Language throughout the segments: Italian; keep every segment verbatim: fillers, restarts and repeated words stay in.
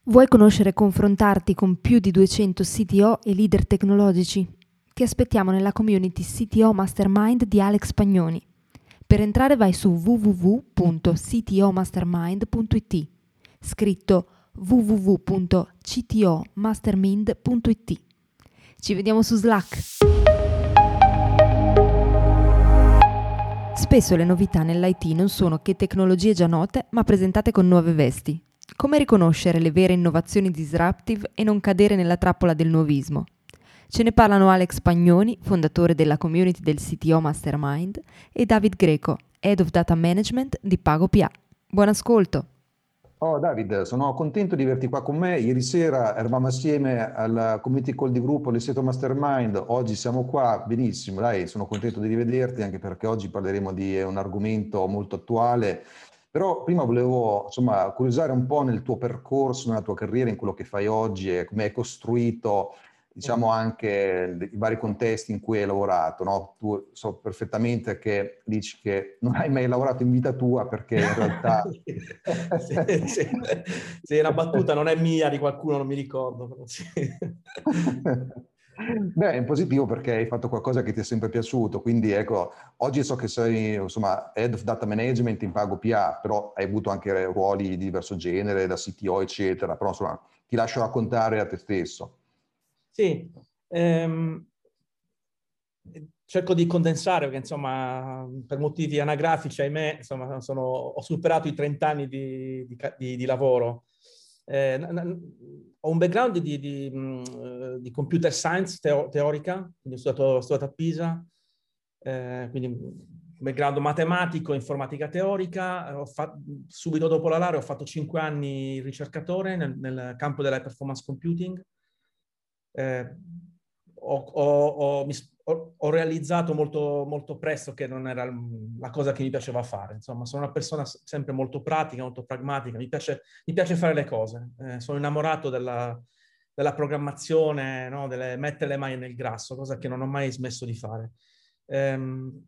Vuoi conoscere e confrontarti con più di duecento C T O e leader tecnologici? Ti aspettiamo nella community C T O Mastermind di Alex Pagnoni. Per entrare vai su w w w punto c t o mastermind punto i t, scritto w w w punto c t o mastermind punto i t. Ci vediamo su Slack! Spesso le novità nell'I T non sono che tecnologie già note, ma presentate con nuove vesti. Come riconoscere le vere innovazioni disruptive e non cadere nella trappola del nuovismo? Ce ne parlano Alex Pagnoni, fondatore della community del C T O Mastermind, e David Greco, Head of Data Management di PagoPA. Buon ascolto! Oh David, sono contento di averti qua con me. Ieri sera eravamo assieme al community call di gruppo del sito Mastermind, oggi siamo qua, benissimo, dai, sono contento di rivederti anche perché oggi parleremo di un argomento molto attuale. Però prima volevo, insomma, curiosare un po' nel tuo percorso, nella tua carriera, in quello che fai oggi e come hai costruito, diciamo, anche i vari contesti in cui hai lavorato, no? Tu so perfettamente che dici che non hai mai lavorato in vita tua perché in realtà... sì, sì. Sì, la battuta non è mia, di qualcuno, non mi ricordo. Però sì. Beh, è positivo perché hai fatto qualcosa che ti è sempre piaciuto, quindi ecco, oggi so che sei, insomma, Head of Data Management in PagoPA, però hai avuto anche ruoli di diverso genere, da C T O, eccetera, però insomma, ti lascio raccontare a te stesso. Sì, ehm, cerco di condensare perché insomma per motivi anagrafici, ahimè, insomma, sono, ho superato i trenta anni di, di, di, di lavoro. Eh, ho un background di, di, di computer science teo, teorica, quindi ho studiato, ho studiato a Pisa, eh, quindi un background matematico, informatica teorica. Ho fatto, subito dopo la laurea ho fatto cinque anni ricercatore nel, nel campo della performance computing. Eh, ho, ho, ho, mi, ho, ho realizzato molto, molto presto che non era la cosa che mi piaceva fare. Insomma, sono una persona sempre molto pratica, molto pragmatica, mi piace, mi piace fare le cose. Eh, sono innamorato della, della programmazione, no? Delle, mettere le mani nel grasso, cosa che non ho mai smesso di fare. Eh,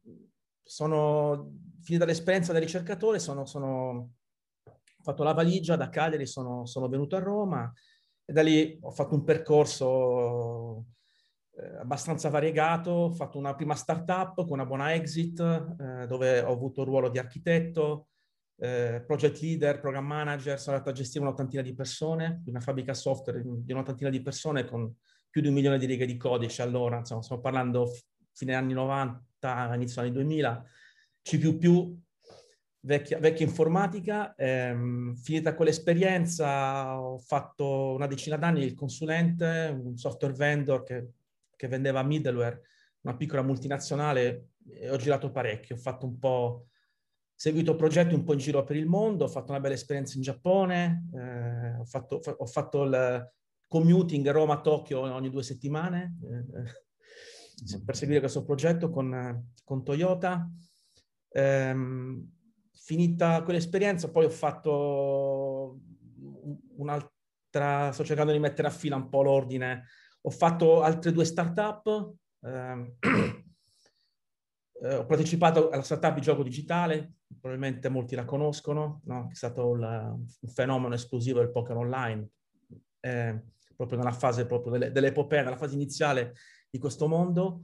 sono, finita l'esperienza da ricercatore, sono, sono, ho fatto la valigia da Cagliari, sono, sono venuto a Roma e da lì ho fatto un percorso eh, abbastanza variegato. Ho fatto una prima startup con una buona exit, eh, dove ho avuto il ruolo di architetto, eh, project leader, program manager. Sono andato a gestire un'ottantina di persone, una fabbrica software di un'ottantina di persone con più di un milione di righe di codice. Allora, insomma, stiamo parlando fine anni novanta, inizio anni duemila, C più più, Vecchia, vecchia informatica. Ehm, finita quell'esperienza ho fatto una decina d'anni il consulente, un software vendor che, che vendeva middleware, una piccola multinazionale, e ho girato parecchio, ho fatto un po', seguito progetti un po' in giro per il mondo, ho fatto una bella esperienza in Giappone, eh, ho, fatto, ho fatto il commuting Roma-Tokyo ogni due settimane eh, per seguire questo progetto con, con Toyota. Ehm, Finita quell'esperienza, poi ho fatto un'altra, sto cercando di mettere a fila un po' l'ordine, ho fatto altre due startup, eh, eh, ho partecipato alla startup di gioco digitale, probabilmente molti la conoscono, no? È stato il, un fenomeno esplosivo del poker online, eh, proprio nella fase proprio delle, dell'epopea, nella fase iniziale di questo mondo.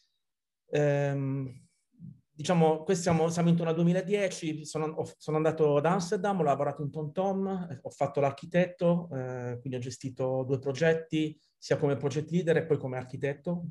Ehm, Diciamo, questo siamo, siamo intorno al duemiladieci, sono, sono andato ad Amsterdam, ho lavorato in TomTom, ho fatto l'architetto, eh, quindi ho gestito due progetti, sia come project leader e poi come architetto.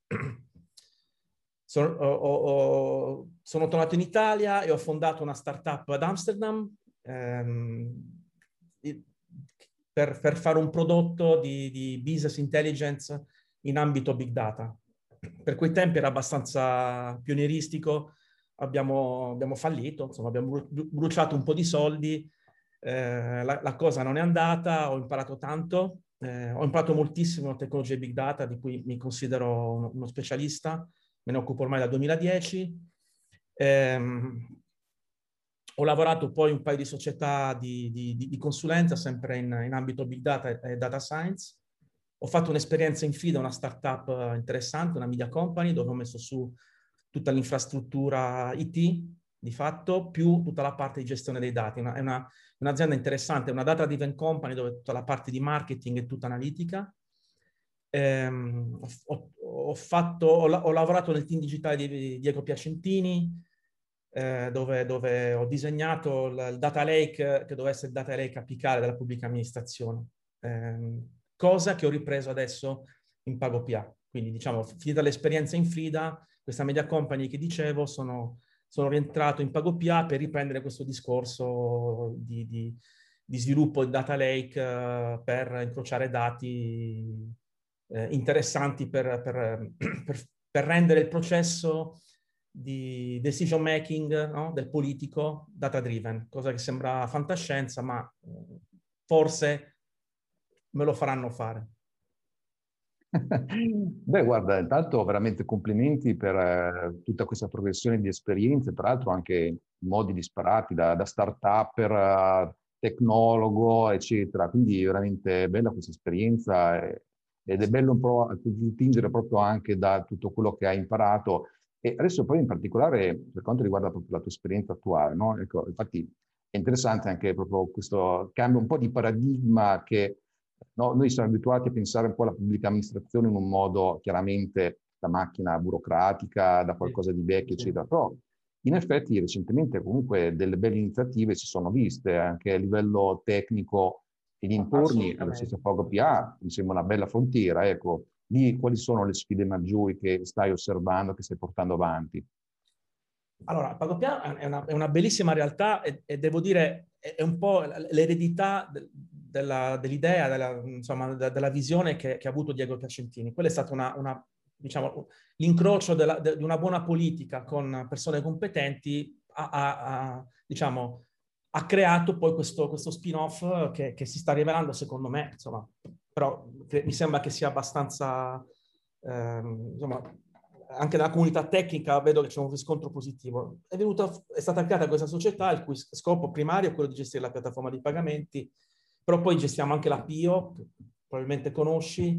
Sono, ho, ho, sono tornato in Italia e ho fondato una startup ad Amsterdam ehm, per, per fare un prodotto di, di business intelligence in ambito big data. Per quei tempi era abbastanza pionieristico. Abbiamo, abbiamo fallito, insomma, abbiamo bruciato un po' di soldi, eh, la, la cosa non è andata, ho imparato tanto, eh, ho imparato moltissimo in tecnologie big data, di cui mi considero uno, uno specialista, me ne occupo ormai dal duemiladieci. Eh, ho lavorato poi in un paio di società di, di, di consulenza, sempre in, in ambito big data e data science. Ho fatto un'esperienza in FIDA, una startup interessante, una media company, dove ho messo su tutta l'infrastruttura I T di fatto, più tutta la parte di gestione dei dati. Una, è una, un'azienda interessante, è una data-driven company dove tutta la parte di marketing è tutta analitica. Ehm, ho, ho, fatto, ho, ho lavorato nel team digitale di Diego Piacentini, eh, dove, dove ho disegnato il, il data lake, che doveva essere il data lake apicale della pubblica amministrazione, ehm, cosa che ho ripreso adesso in PagoPA. Quindi, diciamo, finita l'esperienza in Frida, questa media company che dicevo, sono, sono rientrato in PagoPA per riprendere questo discorso di, di, di sviluppo di data lake uh, per incrociare dati eh, interessanti per, per, per, per rendere il processo di decision making, no, del politico data driven, cosa che sembra fantascienza, ma eh, forse me lo faranno fare. Beh, guarda, intanto veramente complimenti per eh, tutta questa progressione di esperienze, tra l'altro anche in modi disparati, da, da start-upper a tecnologo, eccetera. Quindi veramente bella questa esperienza eh, ed è bello un po' attingere proprio anche da tutto quello che hai imparato. E adesso poi in particolare per quanto riguarda proprio la tua esperienza attuale, no? Ecco, infatti è interessante anche proprio questo cambio un po' di paradigma che no, noi siamo abituati a pensare un po' alla pubblica amministrazione in un modo chiaramente da macchina burocratica, da qualcosa di vecchio, Sì. eccetera. Però in effetti recentemente comunque delle belle iniziative si sono viste anche a livello tecnico e dintorni, alla stessa PagoPA mi sembra una bella frontiera. Ecco, lì quali sono le sfide maggiori che stai osservando, che stai portando avanti? Allora, PagoPA è una, è una bellissima realtà e, e devo dire è, è un po' l'eredità de, della, dell'idea, della, insomma, de, della visione che, che ha avuto Diego Piacentini. Quella è stata una, una diciamo, l'incrocio della, de, di una buona politica con persone competenti ha, ha, ha, diciamo, ha creato poi questo, questo spin-off che, che si sta rivelando, secondo me, insomma, però mi sembra che sia abbastanza, ehm, insomma, anche nella comunità tecnica vedo che c'è un riscontro positivo. È, venuta, è stata creata questa società il cui scopo primario è quello di gestire la piattaforma di pagamenti, però poi gestiamo anche la P I O, che probabilmente conosci,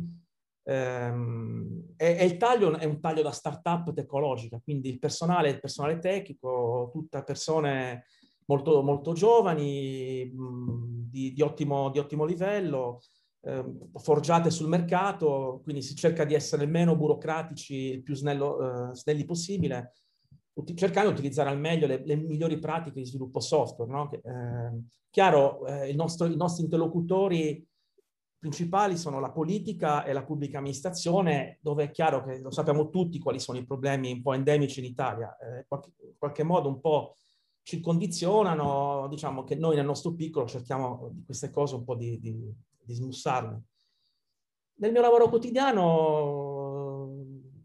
ehm, e, e il taglio è un taglio da startup tecnologica, quindi il personale, il personale tecnico, tutte persone molto, molto giovani, mh, di, di, ottimo, di ottimo livello, forgiate sul mercato, quindi si cerca di essere il meno burocratici, il più snello, eh, snelli possibile, cercando di utilizzare al meglio le, le migliori pratiche di sviluppo software. No? Che, eh, chiaro, eh, il nostro, i nostri interlocutori principali sono la politica e la pubblica amministrazione, dove è chiaro che lo sappiamo tutti quali sono i problemi un po' endemici in Italia. Eh, qualche, in qualche modo un po' ci condizionano, diciamo che noi nel nostro piccolo cerchiamo di queste cose un po' di, di, di smussarle. Nel mio lavoro quotidiano,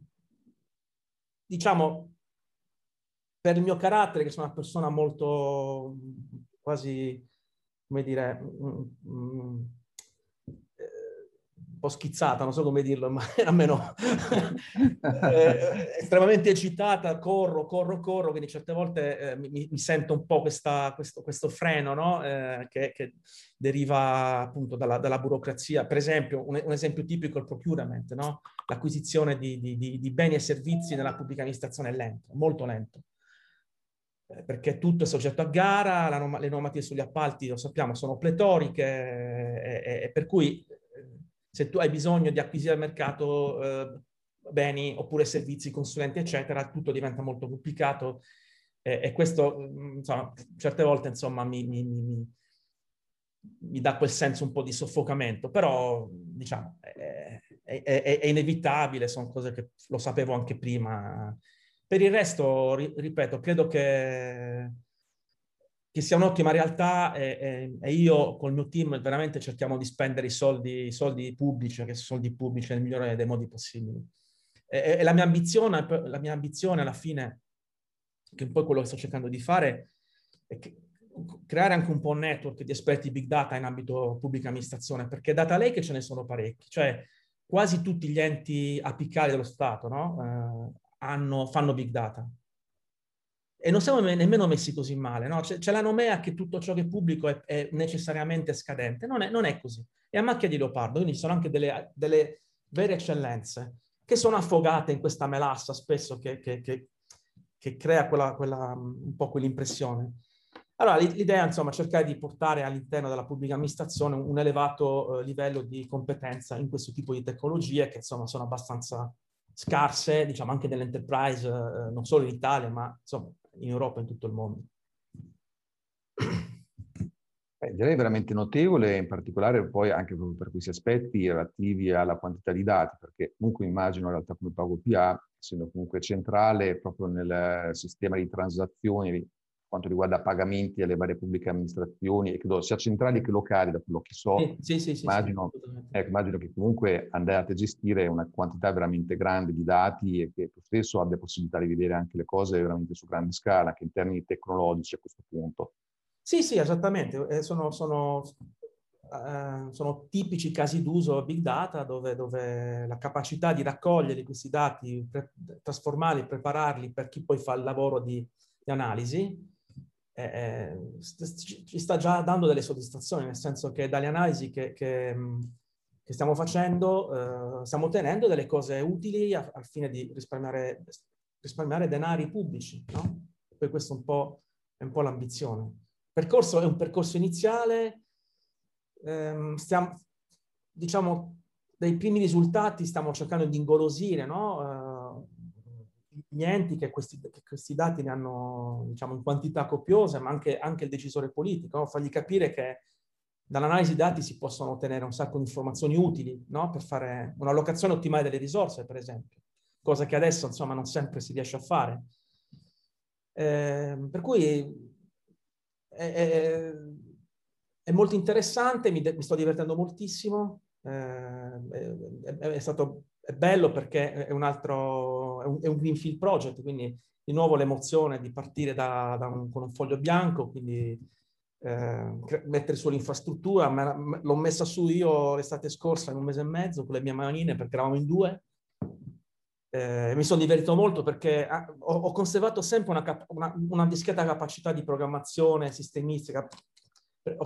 diciamo, per il mio carattere, che sono una persona molto quasi, come dire, mm, mm, un po' schizzata, non so come dirlo, ma almeno eh, estremamente eccitata, corro, corro, corro, quindi certe volte eh, mi, mi sento un po' questa, questo, questo freno, no? eh, che, che deriva appunto dalla, dalla burocrazia. Per esempio, un, un esempio tipico è il procurement, no? L'acquisizione di, di, di, di beni e servizi nella pubblica amministrazione è lento, molto lento. Eh, perché tutto è soggetto a gara, la norma, le normative sugli appalti, lo sappiamo, sono pletoriche, e, e, e per cui se tu hai bisogno di acquisire al mercato eh, beni oppure servizi, consulenti, eccetera, tutto diventa molto complicato eh, e questo, insomma, certe volte, insomma, mi, mi, mi, mi dà quel senso un po' di soffocamento, però, diciamo, è, è, è, è inevitabile, sono cose che lo sapevo anche prima. Per il resto, ri, ripeto, credo che che sia un'ottima realtà e, e, e io col mio team veramente cerchiamo di spendere i soldi, i soldi pubblici, che sono soldi pubblici nel migliore dei modi possibili. E, e la mia ambizione, la mia ambizione alla fine, che è un po' quello che sto cercando di fare, è che, creare anche un po' un network di esperti big data in ambito pubblica amministrazione, perché data lake ce ne sono parecchi, cioè quasi tutti gli enti apicali dello Stato, no? eh, hanno, fanno big data. E non siamo nemmeno messi così male, no? C'è, c'è la nomea che tutto ciò che è pubblico è, è necessariamente scadente. Non è, non è così. È a macchia di leopardo, quindi ci sono anche delle, delle vere eccellenze che sono affogate in questa melassa spesso che, che, che, che crea quella, quella, un po' quell'impressione. Allora, l'idea, insomma, è cercare di portare all'interno della pubblica amministrazione un, un elevato eh, livello di competenza in questo tipo di tecnologie che, insomma, sono abbastanza scarse, diciamo, anche nell'enterprise, eh, non solo in Italia, ma, insomma, in Europa e in tutto il mondo. Eh, direi veramente notevole, in particolare poi anche proprio per questi aspetti relativi alla quantità di dati, perché comunque immagino in realtà come PagoPA, essendo comunque centrale proprio nel sistema di transazioni, quanto riguarda pagamenti alle varie pubbliche amministrazioni, e credo sia centrali che locali, da quello che so, Sì, sì, sì, sì, immagino, sì, ecco, immagino che comunque andate a gestire una quantità veramente grande di dati e che tu stesso abbia possibilità di vedere anche le cose veramente su grande scala, anche in termini tecnologici a questo punto. Sì, sì, esattamente. Eh, sono, sono, eh, sono tipici casi d'uso big data dove, dove la capacità di raccogliere questi dati, pre- trasformarli, prepararli per chi poi fa il lavoro di, di analisi, eh, st- ci sta già dando delle soddisfazioni, nel senso che dalle analisi che, che, che stiamo facendo eh, stiamo ottenendo delle cose utili a- al fine di risparmiare, risparmiare denari pubblici, no? Poi questo è un po', è un po' l'ambizione. Il percorso è un percorso iniziale, ehm, stiamo, diciamo, dai primi risultati stiamo cercando di ingolosire, no? Uh, gli enti che questi, che questi dati ne hanno, diciamo, in quantità copiose, ma anche, anche il decisore politico, no? Fargli capire che dall'analisi dati si possono ottenere un sacco di informazioni utili, no? Per fare un'allocazione ottimale delle risorse, per esempio, cosa che adesso, insomma, non sempre si riesce a fare. Eh, per cui è, è, è molto interessante, mi, mi sto divertendo moltissimo, eh, è, è, stato è bello perché è un altro, è un, è un greenfield project, quindi di nuovo l'emozione di partire da, da un, con un foglio bianco, quindi eh, mettere su l'infrastruttura. L'ho messa su io l'estate scorsa in un mese e mezzo con le mie manine perché eravamo in due. Eh, mi sono divertito molto perché ah, ho, ho conservato sempre una, cap- una, una discreta capacità di programmazione sistemistica. Ho,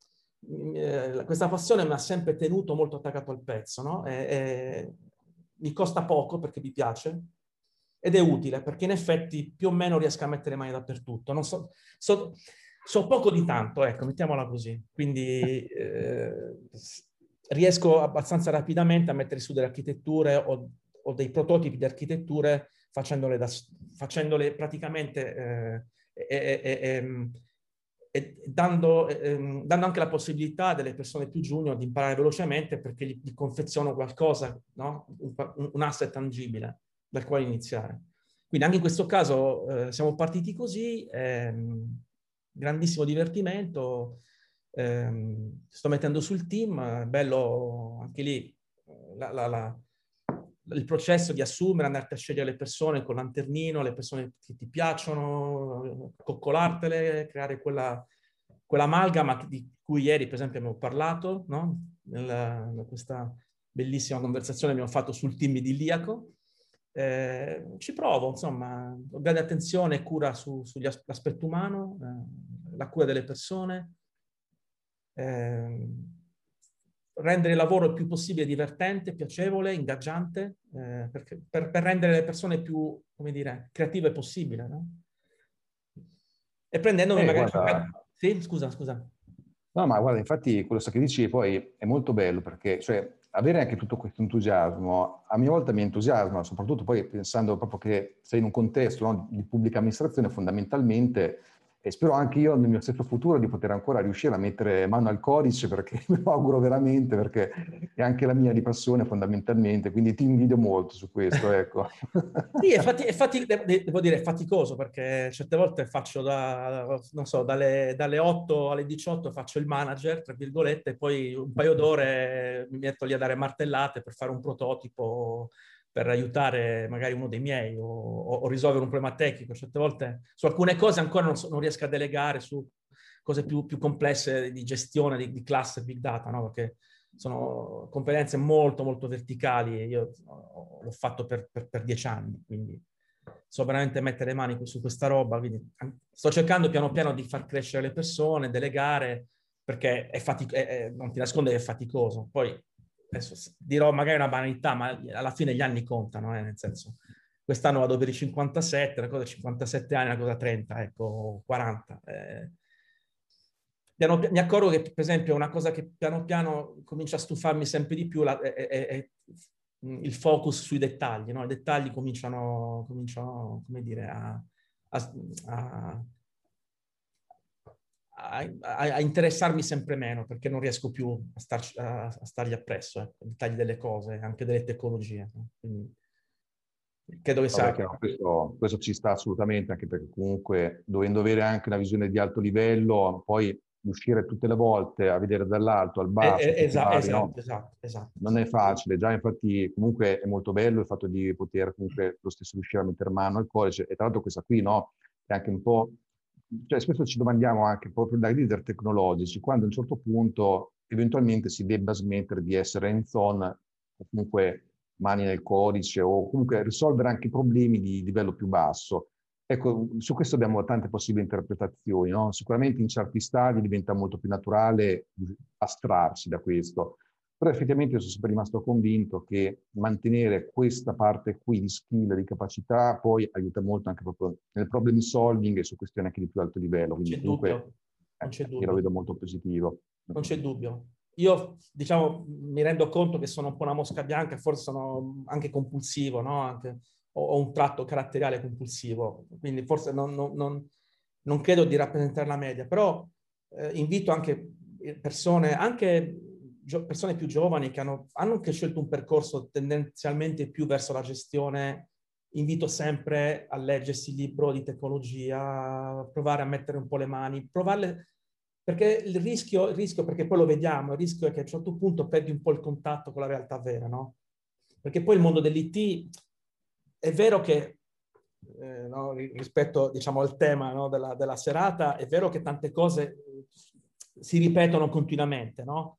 eh, questa passione mi ha sempre tenuto molto attaccato al pezzo, no? E, e, mi costa poco perché mi piace ed è utile perché in effetti più o meno riesco a mettere le mani dappertutto. Non so, so, so poco di tanto, ecco, mettiamola così. Quindi eh, riesco abbastanza rapidamente a mettere su delle architetture o o dei prototipi di architetture facendole, da, facendole praticamente eh, e, e, e, e dando, eh, dando anche la possibilità delle persone più junior di imparare velocemente perché gli, gli confeziono qualcosa, no? un, un asset tangibile dal quale iniziare. Quindi anche in questo caso eh, siamo partiti così, ehm, grandissimo divertimento, ehm, sto mettendo sul team, bello anche lì la, la, la il processo di assumere, andarti a scegliere le persone con lanternino, le persone che ti piacciono, coccolartele, creare quella, quell'amalgama di cui ieri, per esempio, abbiamo parlato, no? Nella, in questa bellissima conversazione abbiamo fatto sul team idilliaco. Eh, ci provo, insomma, ho grande attenzione e cura su, sull'aspetto umano, eh, la cura delle persone, eh, rendere il lavoro il più possibile divertente, piacevole, ingaggiante, eh, perché, per, per rendere le persone più, come dire, creative possibile, no? E prendendomi Eh, magari... guarda, Sì, scusa, scusa. no, ma guarda, infatti quello che dici poi è molto bello perché, cioè, avere anche tutto questo entusiasmo, a mia volta mi entusiasma, soprattutto poi pensando proprio che sei in un contesto, no, di pubblica amministrazione fondamentalmente, e spero anche io nel mio stesso futuro di poter ancora riuscire a mettere mano al codice perché me lo auguro veramente, perché è anche la mia di passione fondamentalmente, quindi ti invidio molto su questo, ecco. Sì, è fatti, è fatti, devo dire, è faticoso perché certe volte faccio da, non so, dalle, dalle otto alle diciotto faccio il manager, tra virgolette, e poi un paio d'ore mi metto lì a dare martellate per fare un prototipo, per aiutare magari uno dei miei o, o risolvere un problema tecnico. Certe volte su alcune cose ancora non, so, non riesco a delegare, su cose più, più complesse di gestione di, di classe big data, no? Perché sono competenze molto, molto verticali e io l'ho fatto per, per, per dieci anni, quindi so veramente mettere le mani su questa roba. Quindi sto cercando piano piano di far crescere le persone, delegare, perché è fatic- è, è, non ti nasconde che è faticoso. Poi adesso dirò magari una banalità, ma alla fine gli anni contano, eh, nel senso, quest'anno vado per i cinquantasette, una cosa cinquantasette anni, una cosa trenta, ecco, quaranta. Eh, piano, mi accorgo che, per esempio, una cosa che piano piano comincia a stufarmi sempre di più la, è, è, è il focus sui dettagli, no? I dettagli cominciano, cominciano come dire, a, a, a A, a, a interessarmi sempre meno, perché non riesco più a, starci, a, a stargli appresso, eh, i dettagli delle cose, anche delle tecnologie. No? Quindi, credo che sia... Vabbè, questo, questo ci sta assolutamente, anche perché comunque dovendo avere anche una visione di alto livello, poi uscire tutte le volte a vedere dall'alto al basso, Eh, eh, esa, vari, esatto, no? esatto, esatto. Non è facile, già infatti comunque è molto bello il fatto di poter comunque lo stesso riuscire a mettere mano al codice, e tra l'altro questa qui, no, è anche un po', cioè spesso ci domandiamo anche proprio da leader tecnologici, quando a un certo punto eventualmente si debba smettere di essere hands-on, o comunque mani nel codice, o comunque risolvere anche problemi di livello più basso. Ecco, su questo abbiamo tante possibili interpretazioni, no? Sicuramente in certi stadi diventa molto più naturale astrarsi da questo. Però effettivamente sono sempre rimasto convinto che mantenere questa parte qui di skill, di capacità, poi aiuta molto anche proprio nel problem solving e su questioni anche di più alto livello. Non Quindi c'è comunque dubbio, non c'è eh, io lo dubbio. vedo molto positivo. Non c'è dubbio. Io, diciamo, mi rendo conto che sono un po' una mosca bianca, forse sono anche compulsivo, no? Anche, ho, ho un tratto caratteriale compulsivo, quindi forse non, non, non, non credo di rappresentare la media, però eh, invito anche persone, anche persone più giovani che hanno, hanno anche scelto un percorso tendenzialmente più verso la gestione. Invito sempre a leggersi il libro di tecnologia, provare a mettere un po' le mani, provarle, perché il rischio, il rischio, perché poi lo vediamo, il rischio è che a un certo punto perdi un po' il contatto con la realtà vera, no? Perché poi il mondo dell'I T è vero che, eh, no, rispetto, diciamo, al tema, no, della, della serata, è vero che tante cose si ripetono continuamente, no?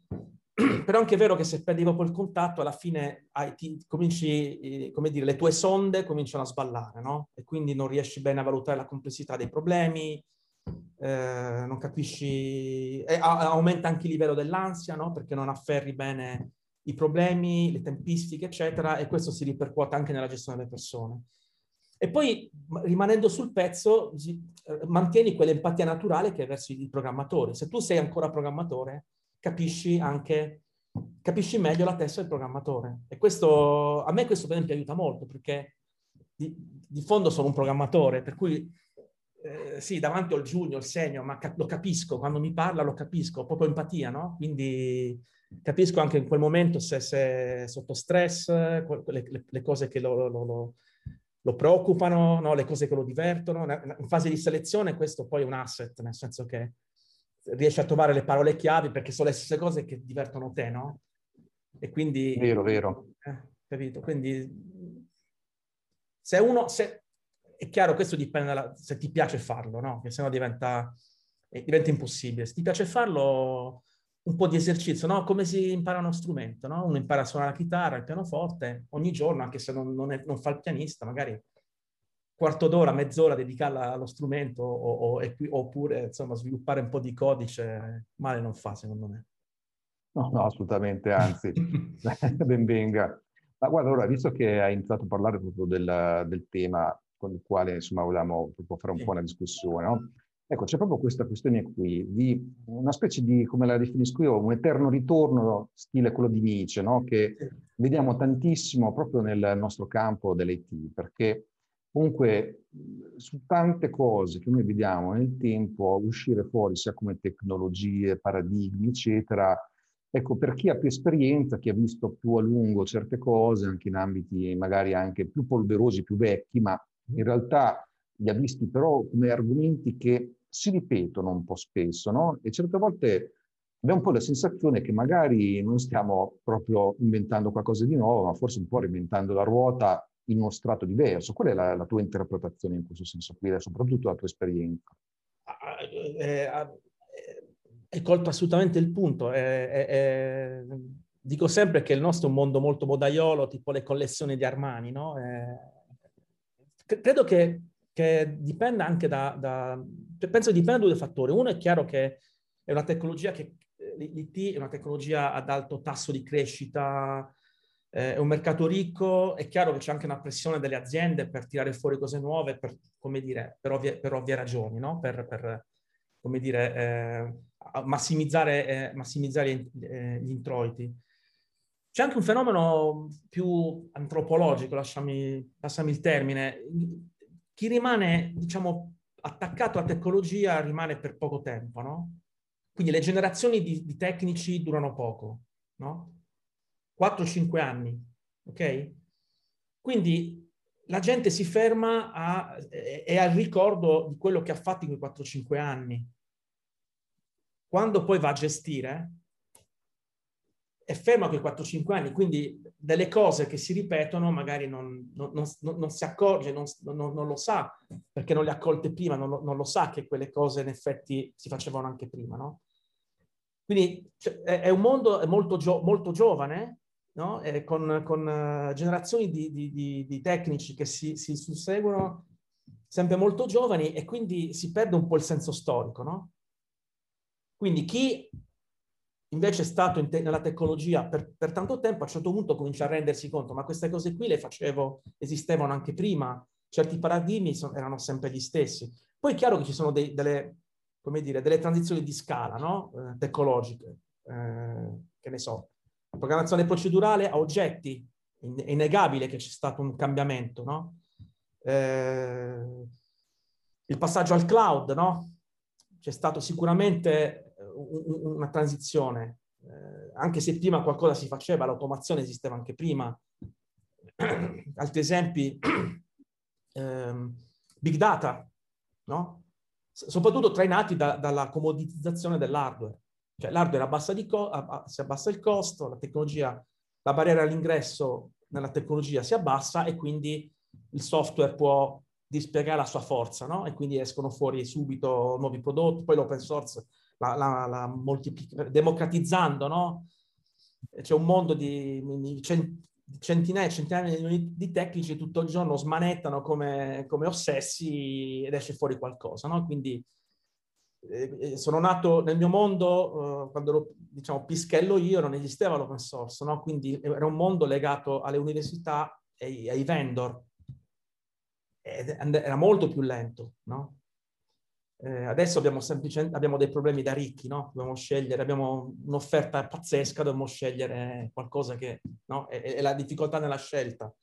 Però anche è vero che se perdi proprio il contatto, alla fine hai, ti, cominci, eh, come dire, le tue sonde cominciano a sballare, no? E quindi non riesci bene a valutare la complessità dei problemi, eh, non capisci, e a, aumenta anche il livello dell'ansia, no? Perché non afferri bene i problemi, le tempistiche, eccetera, e questo si ripercuote anche nella gestione delle persone. E poi, rimanendo sul pezzo, mantieni quell'empatia naturale che è verso i programmatori. Se tu sei ancora programmatore, capisci anche, capisci meglio la testa del programmatore. E questo, a me questo per esempio aiuta molto, perché di, di fondo sono un programmatore, per cui eh, sì, davanti ho il junior, il senior, ma cap- lo capisco, quando mi parla lo capisco, ho proprio empatia, no? Quindi capisco anche in quel momento se, se è sotto stress, le, le, le cose che lo, lo, lo, lo preoccupano, no? Le cose che lo divertono. In fase di selezione questo poi è un asset, nel senso che riesci a trovare le parole chiavi perché sono le stesse cose che divertono te, no? E quindi... Vero, vero. Eh, capito? Quindi se uno... Se, è chiaro, questo dipende da se ti piace farlo, no? Che sennò diventa, eh, diventa impossibile. Se ti piace farlo, un po' di esercizio, no? Come si impara uno strumento, no? Uno impara a suonare la chitarra, il pianoforte, ogni giorno, anche se non, non, è, non fa il pianista, magari quarto d'ora, mezz'ora dedicarla allo strumento o, o, oppure, insomma, sviluppare un po' di codice, male non fa, secondo me. No, no, assolutamente, anzi, ben venga. Ma guarda, allora, visto che hai iniziato a parlare proprio del, del tema con il quale, insomma, volevamo proprio fare un Sì. po' una discussione, no? Ecco, c'è proprio questa questione qui, di una specie di, come la definisco io, un eterno ritorno, stile quello di Nietzsche, no? Che vediamo tantissimo proprio nel nostro campo dell'I T, perché comunque su tante cose che noi vediamo nel tempo uscire fuori, sia come tecnologie, paradigmi, eccetera, ecco, per chi ha più esperienza, chi ha visto più a lungo certe cose, anche in ambiti magari anche più polverosi, più vecchi, ma in realtà li ha visti però come argomenti che si ripetono un po' spesso, no? E certe volte abbiamo un po' la sensazione che magari non stiamo proprio inventando qualcosa di nuovo, ma forse un po' reinventando la ruota in uno strato diverso. Qual è la, la tua interpretazione in questo senso qui, soprattutto la tua esperienza? Eh, eh, hai colto assolutamente il punto. Eh, eh, dico sempre che il nostro è un mondo molto modaiolo, tipo le collezioni di Armani, no? Eh, credo che, che dipenda anche da, da... Penso dipenda da due fattori. Uno è chiaro che è una tecnologia che... l'I T è una tecnologia ad alto tasso di crescita, eh, è un mercato ricco, è chiaro che c'è anche una pressione delle aziende per tirare fuori cose nuove, per, come dire, per ovvie, per ovvie ragioni, no? Per, per come dire, eh, massimizzare, eh, massimizzare eh, gli introiti. C'è anche un fenomeno più antropologico, lasciami, lasciami il termine. Chi rimane, diciamo, attaccato alla tecnologia rimane per poco tempo, no? Quindi le generazioni di, di tecnici durano poco, no? quattro cinque anni, ok? Quindi la gente si ferma a, è al ricordo di quello che ha fatto in quei quattro cinque anni. Quando poi va a gestire, è fermo a quei quattro cinque anni, quindi delle cose che si ripetono magari non, non, non, non si accorge, non, non, non lo sa, perché non le ha accolte prima, non lo, non lo sa che quelle cose in effetti si facevano anche prima, no? Quindi cioè, è, è un mondo molto, gio, molto giovane, no? E con, con uh, generazioni di, di, di, di tecnici che si, si susseguono sempre molto giovani e quindi si perde un po' il senso storico, no? Quindi chi invece è stato in te- nella tecnologia per, per tanto tempo, a un certo punto comincia a rendersi conto, ma queste cose qui le facevo, esistevano anche prima, certi paradigmi sono, erano sempre gli stessi. Poi è chiaro che ci sono dei, delle, come dire, delle transizioni di scala, no? Eh, tecnologiche, eh, che ne so, programmazione procedurale a oggetti, è innegabile che c'è stato un cambiamento, no? Eh, il passaggio al cloud, no? C'è stato sicuramente una transizione, eh, anche se prima qualcosa si faceva, l'automazione esisteva anche prima. Altri esempi, ehm, big data, no? S- soprattutto trainati da, dalla comoditizzazione dell'hardware. Cioè l'hardware abbassa di co- ab- si abbassa il costo, la tecnologia, la barriera all'ingresso nella tecnologia si abbassa e quindi il software può dispiegare la sua forza, no? E quindi escono fuori subito nuovi prodotti, poi l'open source la, la, la moltiplica, democratizzando, no? C'è un mondo di, di centinaia e centinaia di, di tecnici tutto il giorno smanettano come, come ossessi ed esce fuori qualcosa, no? Quindi eh, sono nato nel mio mondo, eh, quando ero, diciamo, pischello io, non esisteva l'open source, no? Quindi era un mondo legato alle università e ai, ai vendor. Ed era molto più lento, no? Eh, adesso abbiamo semplicemente abbiamo dei problemi da ricchi, no? Dobbiamo scegliere, abbiamo un'offerta pazzesca, dobbiamo scegliere qualcosa che, no? È, è la difficoltà nella scelta.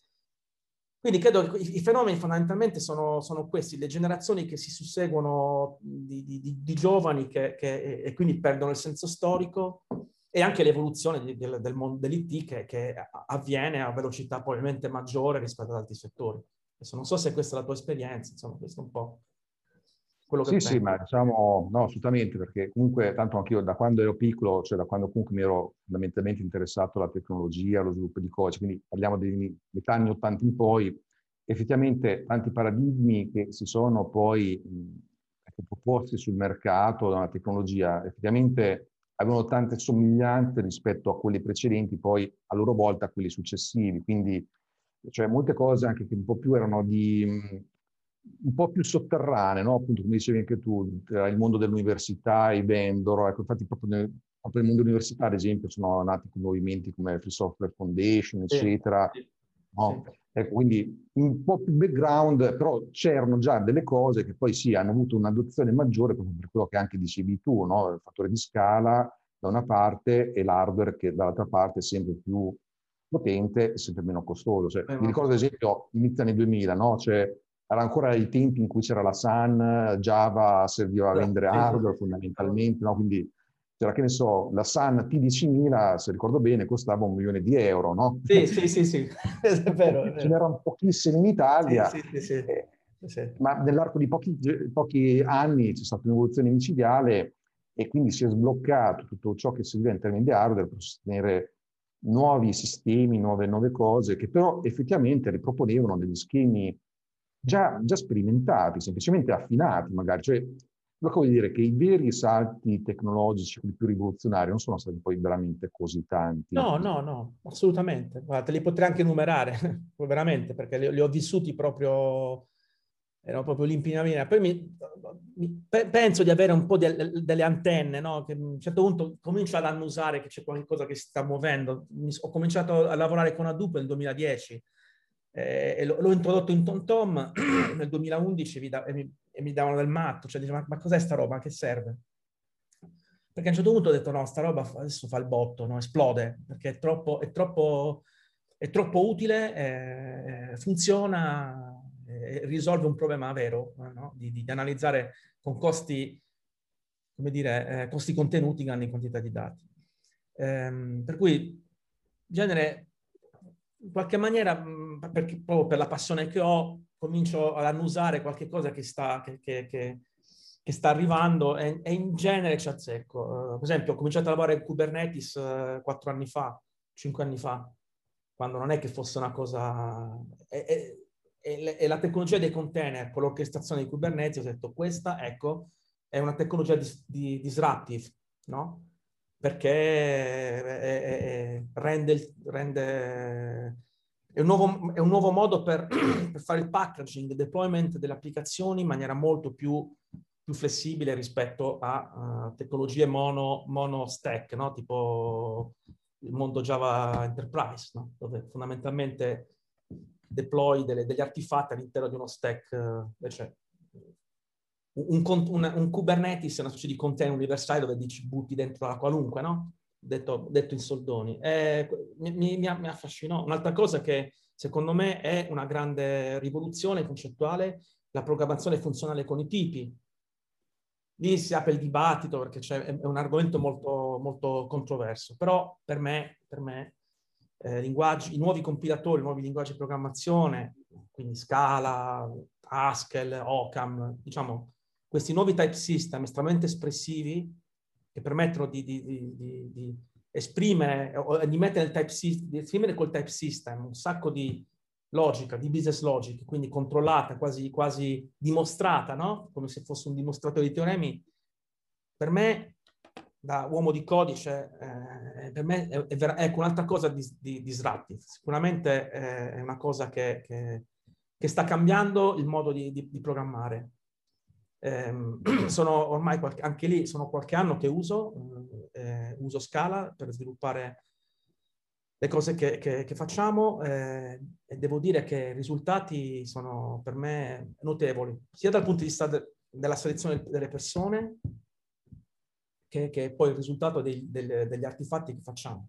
Quindi credo che i, i fenomeni fondamentalmente sono, sono questi, le generazioni che si susseguono di, di, di, di giovani che, che, e quindi perdono il senso storico e anche l'evoluzione di, del, del mondo dell'I T che, che avviene a velocità probabilmente maggiore rispetto ad altri settori. Adesso non so se questa è la tua esperienza, insomma, questo è un po' quello che Sì, sì, penso. ma diciamo, no, assolutamente, perché comunque, tanto anch'io da quando ero piccolo, cioè da quando comunque mi ero fondamentalmente interessato alla tecnologia, allo sviluppo di codice, quindi parliamo degli metà anni ottanta in poi, effettivamente tanti paradigmi che si sono poi mh, proposti sul mercato da una tecnologia, effettivamente avevano tante somiglianze rispetto a quelli precedenti, poi a loro volta a quelli successivi, quindi cioè molte cose anche che un po' più erano di... Mh, un po' più sotterranee, no? Appunto, come dicevi anche tu, tra il mondo dell'università e i vendor. Ecco, infatti proprio nel, proprio nel mondo dell'università, ad esempio, sono nati movimenti come Free Software Foundation, Sì, eccetera. sì, No? sì. Ecco, quindi un po' più background, però c'erano già delle cose che poi sì, hanno avuto un'adozione maggiore proprio per quello che anche dicevi tu, no? Il fattore di scala da una parte e l'hardware che dall'altra parte è sempre più potente e sempre meno costoso. Cioè, mi ricordo ad esempio inizio anni duemila, no? Cioè, era ancora i tempi in cui c'era la Sun, Java serviva a vendere Sì, sì, hardware sì, fondamentalmente, no? Quindi c'era, che ne so, la Sun T diecimila, se ricordo bene, costava un milione di euro, no? sì, sì, sì, sì. È vero, è Ce vero. n'erano pochissimi in Sì, Italia, sì, sì, sì. eh, Sì. ma nell'arco di pochi, pochi anni c'è stata un'evoluzione micidiale e quindi si è sbloccato tutto ciò che serviva in termini di hardware per sostenere nuovi sistemi, nuove, nuove cose, che però effettivamente riproponevano degli schemi già, già sperimentati, semplicemente affinati magari. Cioè, quello che vuol dire che i veri salti tecnologici, quelli più rivoluzionari, non sono stati poi veramente così tanti. No, no, no, assolutamente. Guarda, te li potrei anche enumerare, veramente, perché li, li ho vissuti proprio Ero proprio l'impinamina. Poi mi, mi, pe, penso di avere un po' di, delle antenne, no? Che a un certo punto comincio ad annusare che c'è qualcosa che si sta muovendo. Mi, ho cominciato a lavorare con Hadoop nel duemiladodici eh, e l'ho introdotto in TomTom nel duemilaundici vi da, e, mi, e mi davano del matto. Cioè, dicevo, ma, ma cos'è sta roba? A che serve? Perché a un certo punto ho detto, no, sta roba adesso fa il botto, no? Esplode, perché è troppo, è troppo, è troppo utile, eh, funziona... risolve un problema vero, no? di, di, di analizzare con costi, come dire, eh, costi contenuti grandi quantità di dati. Ehm, per cui, in genere, in qualche maniera, mh, perché, proprio per la passione che ho, comincio ad annusare qualche cosa che sta, che, che, che, che sta arrivando e, e in genere ci azzecco. Uh, per esempio, ho cominciato a lavorare in Kubernetes uh, quattro anni fa, cinque anni fa, quando non è che fosse una cosa... E, e, e la tecnologia dei container con l'orchestrazione di Kubernetes, ho detto questa, ecco, è una tecnologia dis, di, disruptive, no? Perché è, è, rende, rende è, un nuovo, è un nuovo modo per, per fare il packaging, il deployment delle applicazioni in maniera molto più, più flessibile rispetto a uh, tecnologie mono, mono stack, no? Tipo il mondo Java Enterprise, no? Dove fondamentalmente deploy delle, degli artefatti all'interno di uno stack, invece un, un, un, un Kubernetes è una specie di container universale dove dici butti dentro la qualunque, no? Detto, detto in soldoni. E, mi, mi, mi affascinò. Un'altra cosa che secondo me è una grande rivoluzione concettuale, la programmazione funzionale con i tipi. Lì si apre il dibattito perché è un argomento molto, molto controverso, però per me, per me eh, linguaggi, i nuovi compilatori, i nuovi linguaggi di programmazione, quindi Scala, Haskell, Occam, diciamo, questi nuovi type system estremamente espressivi che permettono di, di, di, di, di esprimere o di mettere il type system, di esprimere col type system un sacco di logica, di business logic, quindi controllata, quasi, quasi dimostrata, no? Come se fosse un dimostratore di teoremi. Per me, da uomo di codice, eh, per me è, è vera, ecco, un'altra cosa di, di, disruptive. Sicuramente eh, è una cosa che, che, che sta cambiando il modo di, di, di programmare. Eh, sono ormai, qualche, anche lì, sono qualche anno che uso, eh, uso Scala per sviluppare le cose che, che, che facciamo eh, e devo dire che i risultati sono per me notevoli, sia dal punto di vista de, della selezione delle persone che, che poi il risultato dei, del, degli artefatti che facciamo.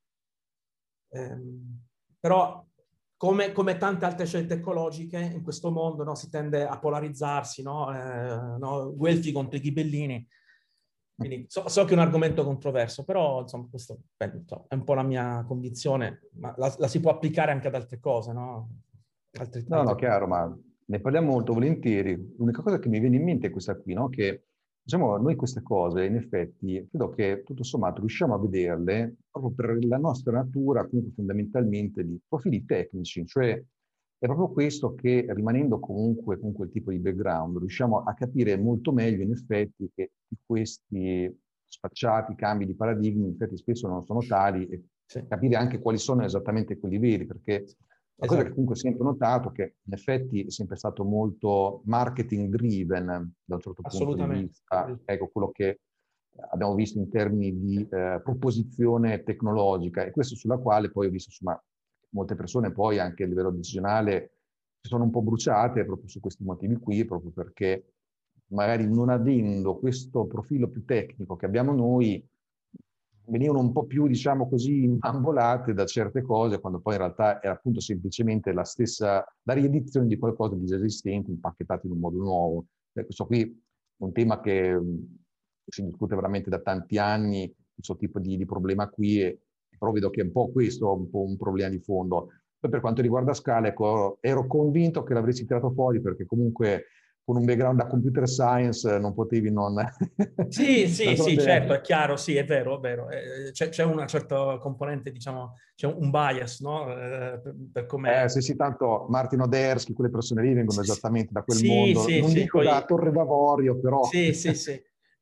Ehm, però come, come tante altre scelte ecologiche in questo mondo, no, si tende a polarizzarsi, no? Eh, no? Guelfi contro i ghibellini. Quindi so, so che è un argomento controverso, però insomma questo beh, insomma, è un po' la mia convinzione, ma la, la si può applicare anche ad altre cose, no? Altri, No, altre no, chiaro, ma ne parliamo molto volentieri. L'unica cosa che mi viene in mente è questa qui, no? Che diciamo, noi queste cose, in effetti, credo che tutto sommato riusciamo a vederle proprio per la nostra natura, comunque fondamentalmente di profili tecnici, cioè è proprio questo che, rimanendo comunque con quel tipo di background, riusciamo a capire molto meglio, in effetti, che questi sfacciati cambi di paradigmi, in effetti, spesso non sono tali, e sì. capire anche quali sono esattamente quelli veri, perché la cosa Esatto. che comunque ho sempre notato è che in effetti è sempre stato molto marketing driven da un certo punto di vista, ecco quello che abbiamo visto in termini di eh, proposizione tecnologica, e questo sulla quale poi ho visto insomma molte persone poi anche a livello decisionale si sono un po' bruciate proprio su questi motivi qui, proprio perché magari non avendo questo profilo più tecnico che abbiamo noi, venivano un po' più, diciamo così, imbambolate da certe cose, quando poi in realtà era appunto semplicemente la stessa, la riedizione di qualcosa di già esistente, impacchettato in un modo nuovo. Eh, questo qui è un tema che mh, si discute veramente da tanti anni, questo tipo di, di problema qui, e però vedo che è un po' questo, un po' un problema di fondo. Poi per quanto riguarda Scala, ecco, ero convinto che l'avresti tirato fuori, perché comunque con un background da computer science non potevi non... Sì, sì, sì, certo, è chiaro, sì, è vero, è vero. Eh, c'è, c'è una certa componente, diciamo, c'è un bias, no? Eh, per, per come... Eh, sì, sì, tanto Martin Odersky, quelle persone lì vengono Sì, esattamente da quel sì, mondo, sì, non sì, dico poi... da Torre d'Avorio, però... Sì, sì, sì.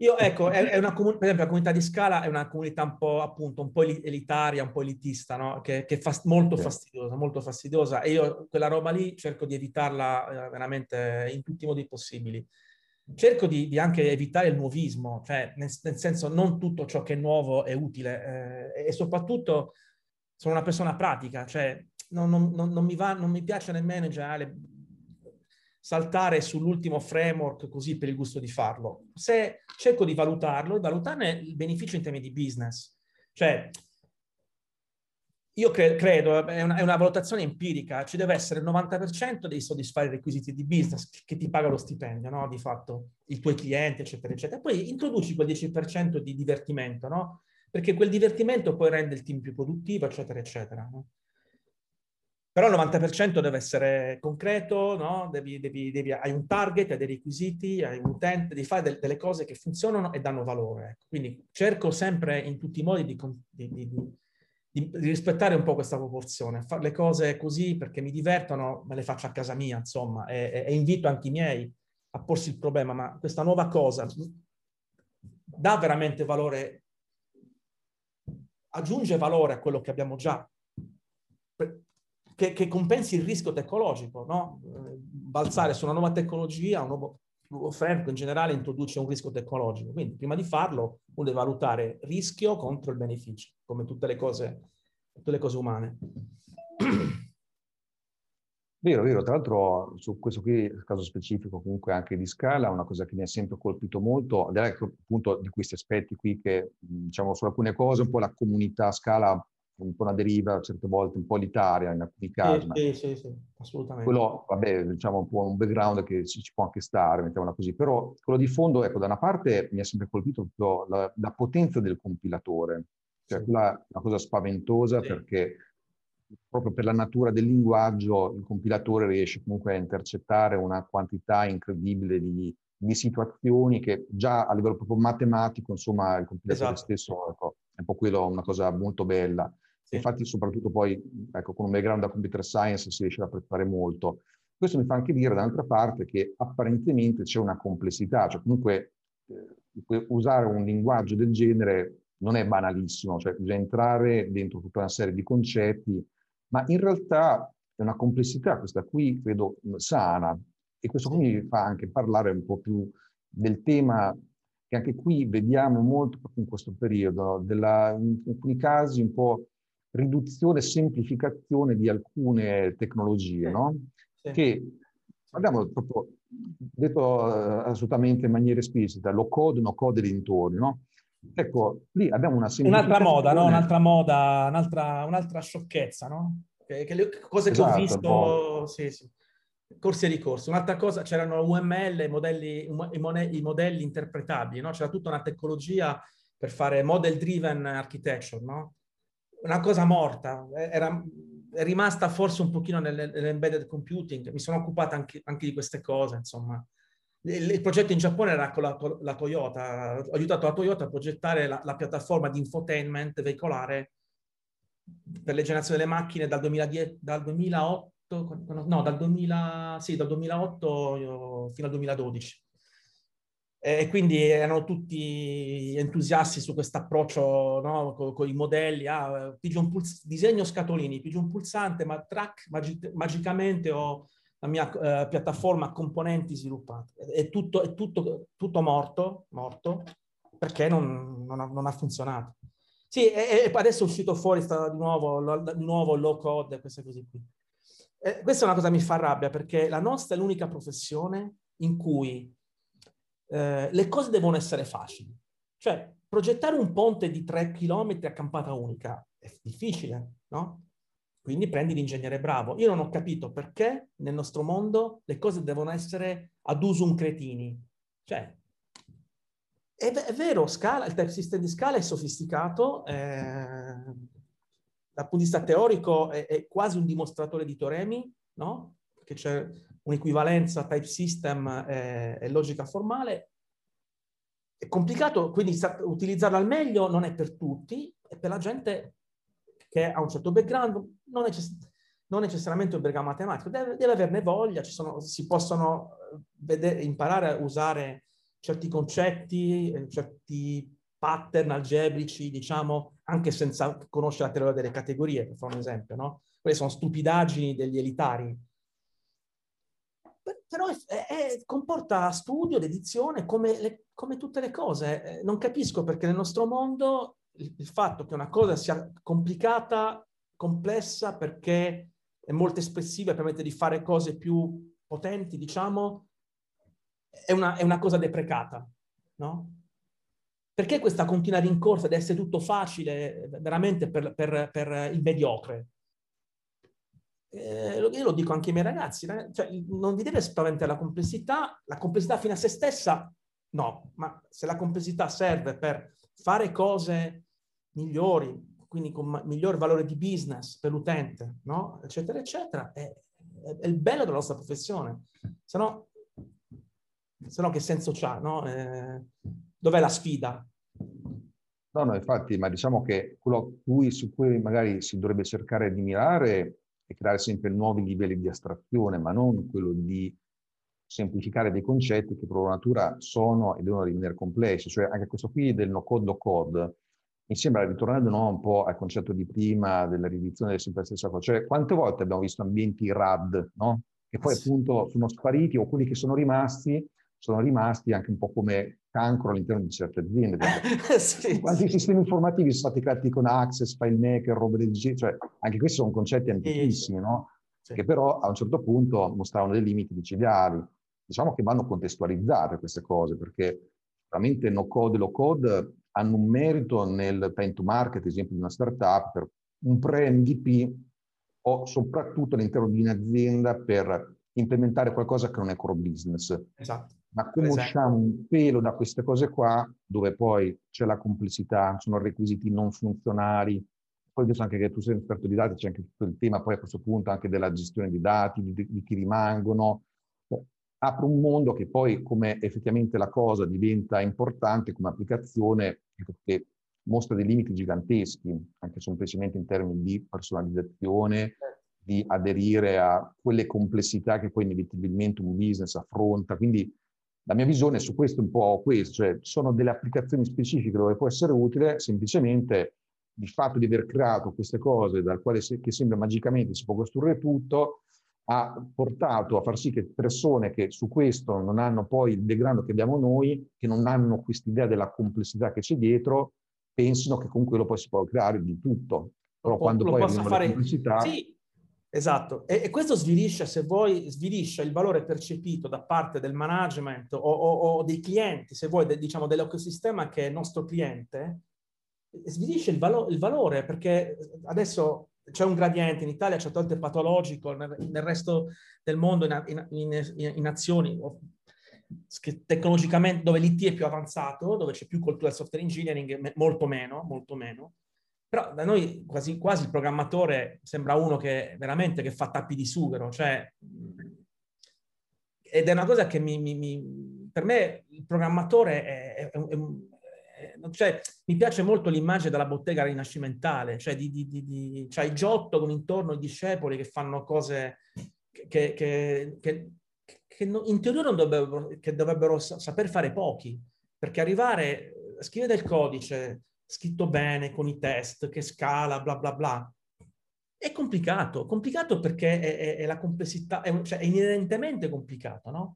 Io, ecco, è, è una comunità, per esempio, la comunità di Scala è una comunità un po', appunto, un po' elitaria, un po' elitista, no? Che, che è fast, molto Sì. fastidiosa, molto fastidiosa. E io quella roba lì cerco di evitarla eh, veramente in tutti i modi possibili. Cerco di, di anche evitare il nuovismo, cioè nel, nel senso non tutto ciò che è nuovo è utile. Eh, e soprattutto sono una persona pratica, cioè non, non, non, non mi va, non mi piace nemmeno in generale saltare sull'ultimo framework così per il gusto di farlo. Se cerco di valutarlo e valutarne il beneficio in termini di business. Cioè, io cre- credo, è una, è una valutazione empirica, ci deve essere il novanta per cento devi soddisfare i requisiti di business che, che ti paga lo stipendio, no? Di fatto, i tuoi clienti, eccetera, eccetera. E poi introduci quel dieci per cento di divertimento, no? Perché quel divertimento poi rende il team più produttivo, eccetera, eccetera, no? Però il novanta per cento deve essere concreto, no? Devi, devi, devi, hai un target, hai dei requisiti, hai un utente, devi fare del, delle cose che funzionano e danno valore. Ecco. Quindi cerco sempre in tutti i modi di, di, di, di, di rispettare un po' questa proporzione. Fare le cose così perché mi divertono, me le faccio a casa mia, insomma, e, e invito anche i miei a porsi il problema, ma questa nuova cosa dà veramente valore, aggiunge valore a quello che abbiamo già, che, che compensi il rischio tecnologico, no? Balzare su una nuova tecnologia, un nuovo, nuovo framework in generale introduce un rischio tecnologico. Quindi prima di farlo uno deve valutare rischio contro il beneficio, come tutte le cose, tutte le cose umane. Vero, vero. Tra l'altro su questo qui, il caso specifico comunque anche di Scala, una cosa che mi ha sempre colpito molto, al di là appunto di questi aspetti qui che, diciamo, su alcune cose un po' la comunità Scala un po' una deriva, certe volte un po' elitaria in alcuni casi, Sì, ma sì, sì, sì, assolutamente. quello, vabbè, diciamo un po' un background che ci, ci può anche stare, mettiamola così, però quello di fondo, ecco, da una parte mi ha sempre colpito proprio la, la potenza del compilatore, cioè Sì. quella è una cosa spaventosa Sì. perché proprio per la natura del linguaggio il compilatore riesce comunque a intercettare una quantità incredibile di, di situazioni che già a livello proprio matematico, insomma, il compilatore Esatto. stesso, ecco, è un po' quello una cosa molto bella. Sì. Infatti, soprattutto poi, ecco, con un background da computer science si riesce ad apprezzare molto. Questo mi fa anche dire, dall'altra parte, che apparentemente c'è una complessità, cioè comunque eh, usare un linguaggio del genere non è banalissimo, cioè bisogna entrare dentro tutta una serie di concetti, ma in realtà è una complessità, questa qui, credo, sana, e questo Sì. qui mi fa anche parlare un po' più del tema che anche qui vediamo molto proprio in questo periodo, della, in alcuni casi un po' riduzione e semplificazione di alcune tecnologie, Sì. no? Sì. Che, guardiamo proprio, detto uh, assolutamente in maniera esplicita, low code, no code e dintorni, no? Ecco, lì abbiamo una Un'altra moda, no? semplificazione. Un'altra moda, un'altra, un'altra sciocchezza, no? Che, che le cose che ho Esatto, un po'. visto, sì, sì. Corsi e ricorsi. Un'altra cosa, c'erano U M L, i modelli, i modelli, i modelli interpretabili, no? C'era tutta una tecnologia per fare model-driven architecture, no? Una cosa morta, era è rimasta forse un pochino nell'embedded computing. Mi sono occupata anche, anche di queste cose, insomma. Il, il progetto in Giappone era con la, la Toyota, ho aiutato la Toyota a progettare la, la piattaforma di infotainment veicolare per le generazioni delle macchine dal, duemiladieci, dal duemilaotto, no, dal, duemila, sì, dal duemilaotto fino al duemiladodici. E quindi erano tutti entusiasti su questo approccio, no? con, con i modelli. Ah, pigio un puls- disegno scatolini, pigio un pulsante, ma track, magi- magicamente ho la mia eh, piattaforma a componenti sviluppate. È tutto, è tutto, tutto morto, morto, perché non, non, ha, non ha funzionato. Sì, e, e adesso è uscito fuori sta, di nuovo, lo, di nuovo il low code e queste cose qui. Eh, questa è una cosa che mi fa rabbia, perché la nostra è l'unica professione in cui eh, le cose devono essere facili. Cioè, progettare un ponte di tre chilometri a campata unica è difficile, no? Quindi prendi l'ingegnere bravo. Io non ho capito perché nel nostro mondo le cose devono essere ad usum cretini. Cioè, è, è vero, Scala, il type system di Scala è sofisticato, eh, dal punto di vista teorico è, è quasi un dimostratore di teoremi, no? Perché c'è un'equivalenza type system e, e logica formale. È complicato, quindi utilizzarlo al meglio non è per tutti, è per la gente che ha un certo background, non, necess- non necessariamente un background matematico, deve, deve averne voglia, ci sono, si possono vedere, imparare a usare certi concetti, eh, certi pattern algebrici, diciamo, anche senza conoscere la teoria delle categorie, per fare un esempio, no? Quelle sono stupidaggini degli elitari. Però è, è, comporta studio, dedizione, come, le, come tutte le cose. Eh, non capisco perché nel nostro mondo il, il fatto che una cosa sia complicata, complessa, perché è molto espressiva e permette di fare cose più potenti, diciamo, è una, è una cosa deprecata, no? Perché questa continua rincorsa di essere tutto facile veramente per, per, per il mediocre? Eh, io lo dico anche ai miei ragazzi, cioè, non vi deve spaventare la complessità, la complessità fino a se stessa, no, ma se la complessità serve per fare cose migliori, quindi con miglior valore di business per l'utente, no? Eccetera, eccetera, è, è, è il bello della nostra professione. Se no, se no che senso c'ha, no? Eh, dov'è la sfida? No, no, infatti, ma diciamo che quello cui, su cui magari si dovrebbe cercare di mirare è creare sempre nuovi livelli di astrazione, ma non quello di semplificare dei concetti che per loro natura sono e devono rimanere complessi. Cioè anche questo qui del no code, no code, mi sembra, ritornando no, un po' al concetto di prima della riedizione del sempre stessa cosa. Cioè quante volte abbiamo visto ambienti R A D, no? Che poi appunto sono spariti, o quelli che sono rimasti sono rimasti anche un po' come cancro all'interno di certe aziende. Sì, Quanti sì. sistemi informativi sono stati creati con Access, FileMaker, robe del genere, cioè anche questi sono concetti antichissimi, Sì, no? sì. Che però a un certo punto mostravano dei limiti micidiali. Diciamo che vanno contestualizzate queste cose, perché veramente no code e low code hanno un merito nel time to market, ad esempio di una startup, per un pre-M V P o soprattutto all'interno di un'azienda per implementare qualcosa che non è core business. Esatto. Ma come usciamo un pelo da queste cose qua, dove poi c'è la complessità, sono requisiti non funzionali, poi visto anche che tu sei un esperto di dati, c'è anche tutto il tema poi a questo punto anche della gestione di dati, di, di chi rimangono. Apre un mondo che poi, come effettivamente la cosa diventa importante come applicazione, che mostra dei limiti giganteschi, anche semplicemente in termini di personalizzazione, di aderire a quelle complessità che poi inevitabilmente un business affronta. Quindi la mia visione su questo è un po' questo, cioè sono delle applicazioni specifiche dove può essere utile, semplicemente il fatto di aver creato queste cose dal quale si, che sembra magicamente si può costruire tutto, ha portato a far sì che persone che su questo non hanno poi il background che abbiamo noi, che non hanno quest'idea della complessità che c'è dietro, pensino che comunque lo poi si può creare di tutto. Però Lo, po- quando lo poi possa arrivano le fare. complessità... Sì, esatto. E, e questo svilisce, se vuoi, svilisce il valore percepito da parte del management o, o, o dei clienti, se vuoi, de, diciamo, dell'ecosistema che è il nostro cliente, svilisce il, valo- il valore, perché adesso c'è un gradiente, in Italia c'è tanto il patologico, nel, nel resto del mondo, in, in, in, in azioni tecnologicamente, dove l'I T è più avanzato, dove c'è più cultura del software engineering, molto meno, molto meno. Però da noi quasi, quasi il programmatore sembra uno che veramente che fa tappi di sughero, cioè, ed è una cosa che mi, mi, mi, per me il programmatore è, è, è, è cioè, mi piace molto l'immagine della bottega rinascimentale, cioè di, di, di, di cioè i Giotto con intorno i discepoli che fanno cose che, che, che, che in teoria non dovrebbero, che dovrebbero saper fare pochi, perché arrivare a scrivere del codice scritto bene, con i test, che scala, bla bla bla, è complicato. Complicato perché è, è, è la complessità, è, cioè è inerentemente complicato, no?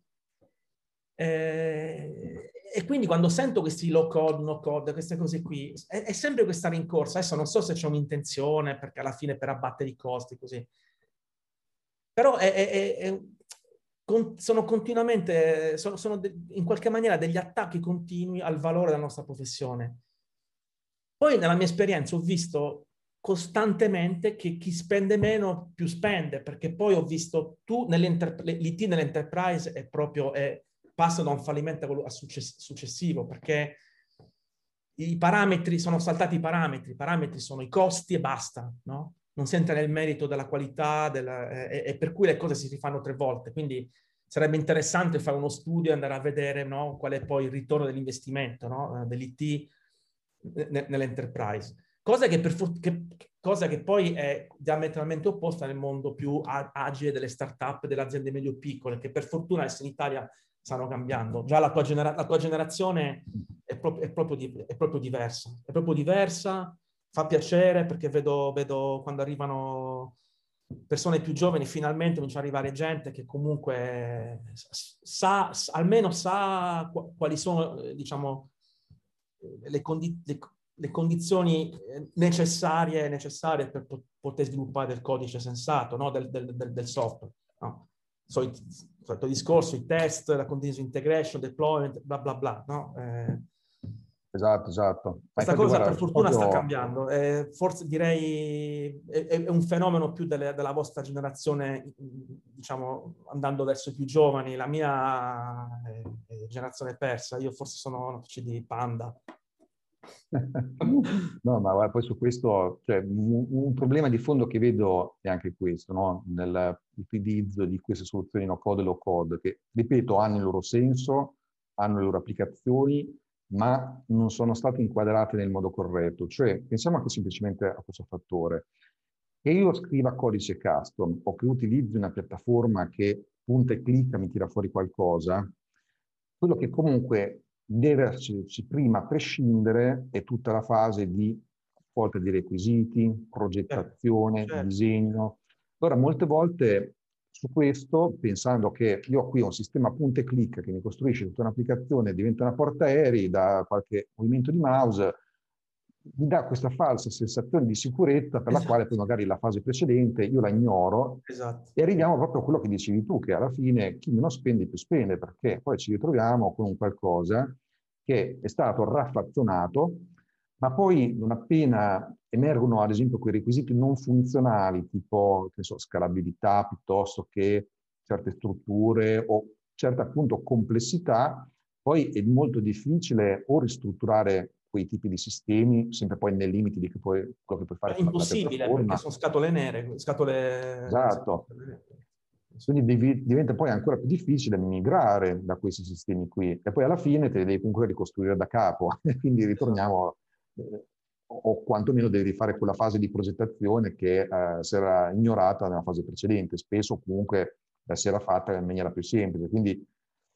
Eh, e quindi quando sento questi low code, no code, queste cose qui, è, è sempre questa rincorsa. Adesso non so se c'è un'intenzione, perché alla fine per abbattere i costi, così. Però è, è, è, con, sono continuamente, sono, sono de, in qualche maniera degli attacchi continui al valore della nostra professione. Poi nella mia esperienza ho visto costantemente che chi spende meno più spende, perché poi ho visto tu l'I T nell'enterprise è proprio è, passa da un fallimento a success- successivo, perché i parametri sono saltati i parametri, i parametri sono i costi e basta, no? Non si entra nel merito della qualità della, eh, e per cui le cose si rifanno tre volte, quindi sarebbe interessante fare uno studio e andare a vedere, no, qual è poi il ritorno dell'investimento, no, dell'I T nell'enterprise, cosa che, per, che, cosa che poi è diametralmente opposta nel mondo più agile delle start-up, delle aziende medio-piccole, che per fortuna adesso in Italia stanno cambiando. Già la tua, genera- la tua generazione è, pro- è, proprio di- è proprio diversa. È proprio diversa, fa piacere perché vedo, vedo quando arrivano persone più giovani, finalmente comincia ad arrivare gente che comunque sa, sa almeno sa quali sono, diciamo, le, condi- le, le condizioni necessarie, necessarie per poter sviluppare del codice sensato, no? del, del, del, del software. No? Solito, solito discorso, i test, la continuous integration, deployment, bla bla bla. No? Eh, Esatto, esatto. questa infatti, cosa guarda, per fortuna proprio... sta cambiando. Eh, forse direi è, è un fenomeno più delle, della vostra generazione, diciamo, andando verso i più giovani. La mia è, è generazione persa. Io forse sono una specie di panda. No, ma guarda, poi su questo, cioè, un, un problema di fondo che vedo è anche questo, no? Nell'utilizzo di queste soluzioni no code e low code, che, ripeto, hanno il loro senso, hanno le loro applicazioni, ma non sono state inquadrate nel modo corretto. Cioè, pensiamo anche semplicemente a questo fattore. Che io scriva codice custom o che utilizzi una piattaforma che punta e clicca mi tira fuori qualcosa, quello che comunque deve esserci prima a prescindere è tutta la fase di raccolta di requisiti, progettazione, Certo. disegno. Allora, molte volte su questo, pensando che io ho qui un sistema punta e clicca che mi costruisce tutta un'applicazione, diventa una portaerei da qualche movimento di mouse, mi dà questa falsa sensazione di sicurezza per la Esatto. quale poi magari la fase precedente io la ignoro. Esatto. E arriviamo proprio a quello che dicevi tu, che alla fine chi meno spende più spende, perché poi ci ritroviamo con un qualcosa che è stato raffazzonato, ma poi non appena emergono ad esempio quei requisiti non funzionali, tipo che so, scalabilità piuttosto che certe strutture o certa appunto complessità, poi è molto difficile o ristrutturare quei tipi di sistemi, sempre poi nei limiti di che puoi, quello che puoi fare È con la impossibile perché piattaforma. sono scatole nere, scatole... Esatto. Quindi devi, diventa poi ancora più difficile migrare da questi sistemi qui e poi alla fine te li devi comunque ricostruire da capo. Quindi ritorniamo, eh, o quantomeno devi rifare quella fase di progettazione che eh, si era ignorata nella fase precedente. Spesso comunque eh, si era fatta in maniera più semplice. Quindi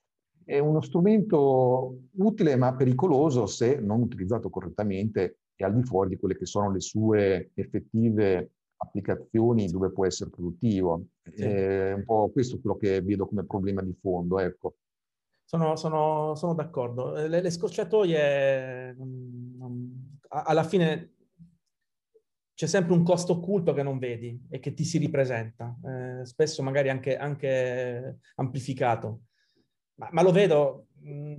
è uno strumento utile ma pericoloso se non utilizzato correttamente e al di fuori di quelle che sono le sue effettive applicazioni dove può essere produttivo. Sì. È un po' questo quello che vedo come problema di fondo, ecco. Sono, sono, sono d'accordo. Le, le scorciatoie, non, non, alla fine c'è sempre un costo occulto che non vedi e che ti si ripresenta, eh, spesso magari anche, anche amplificato. Ma, ma lo vedo, mh,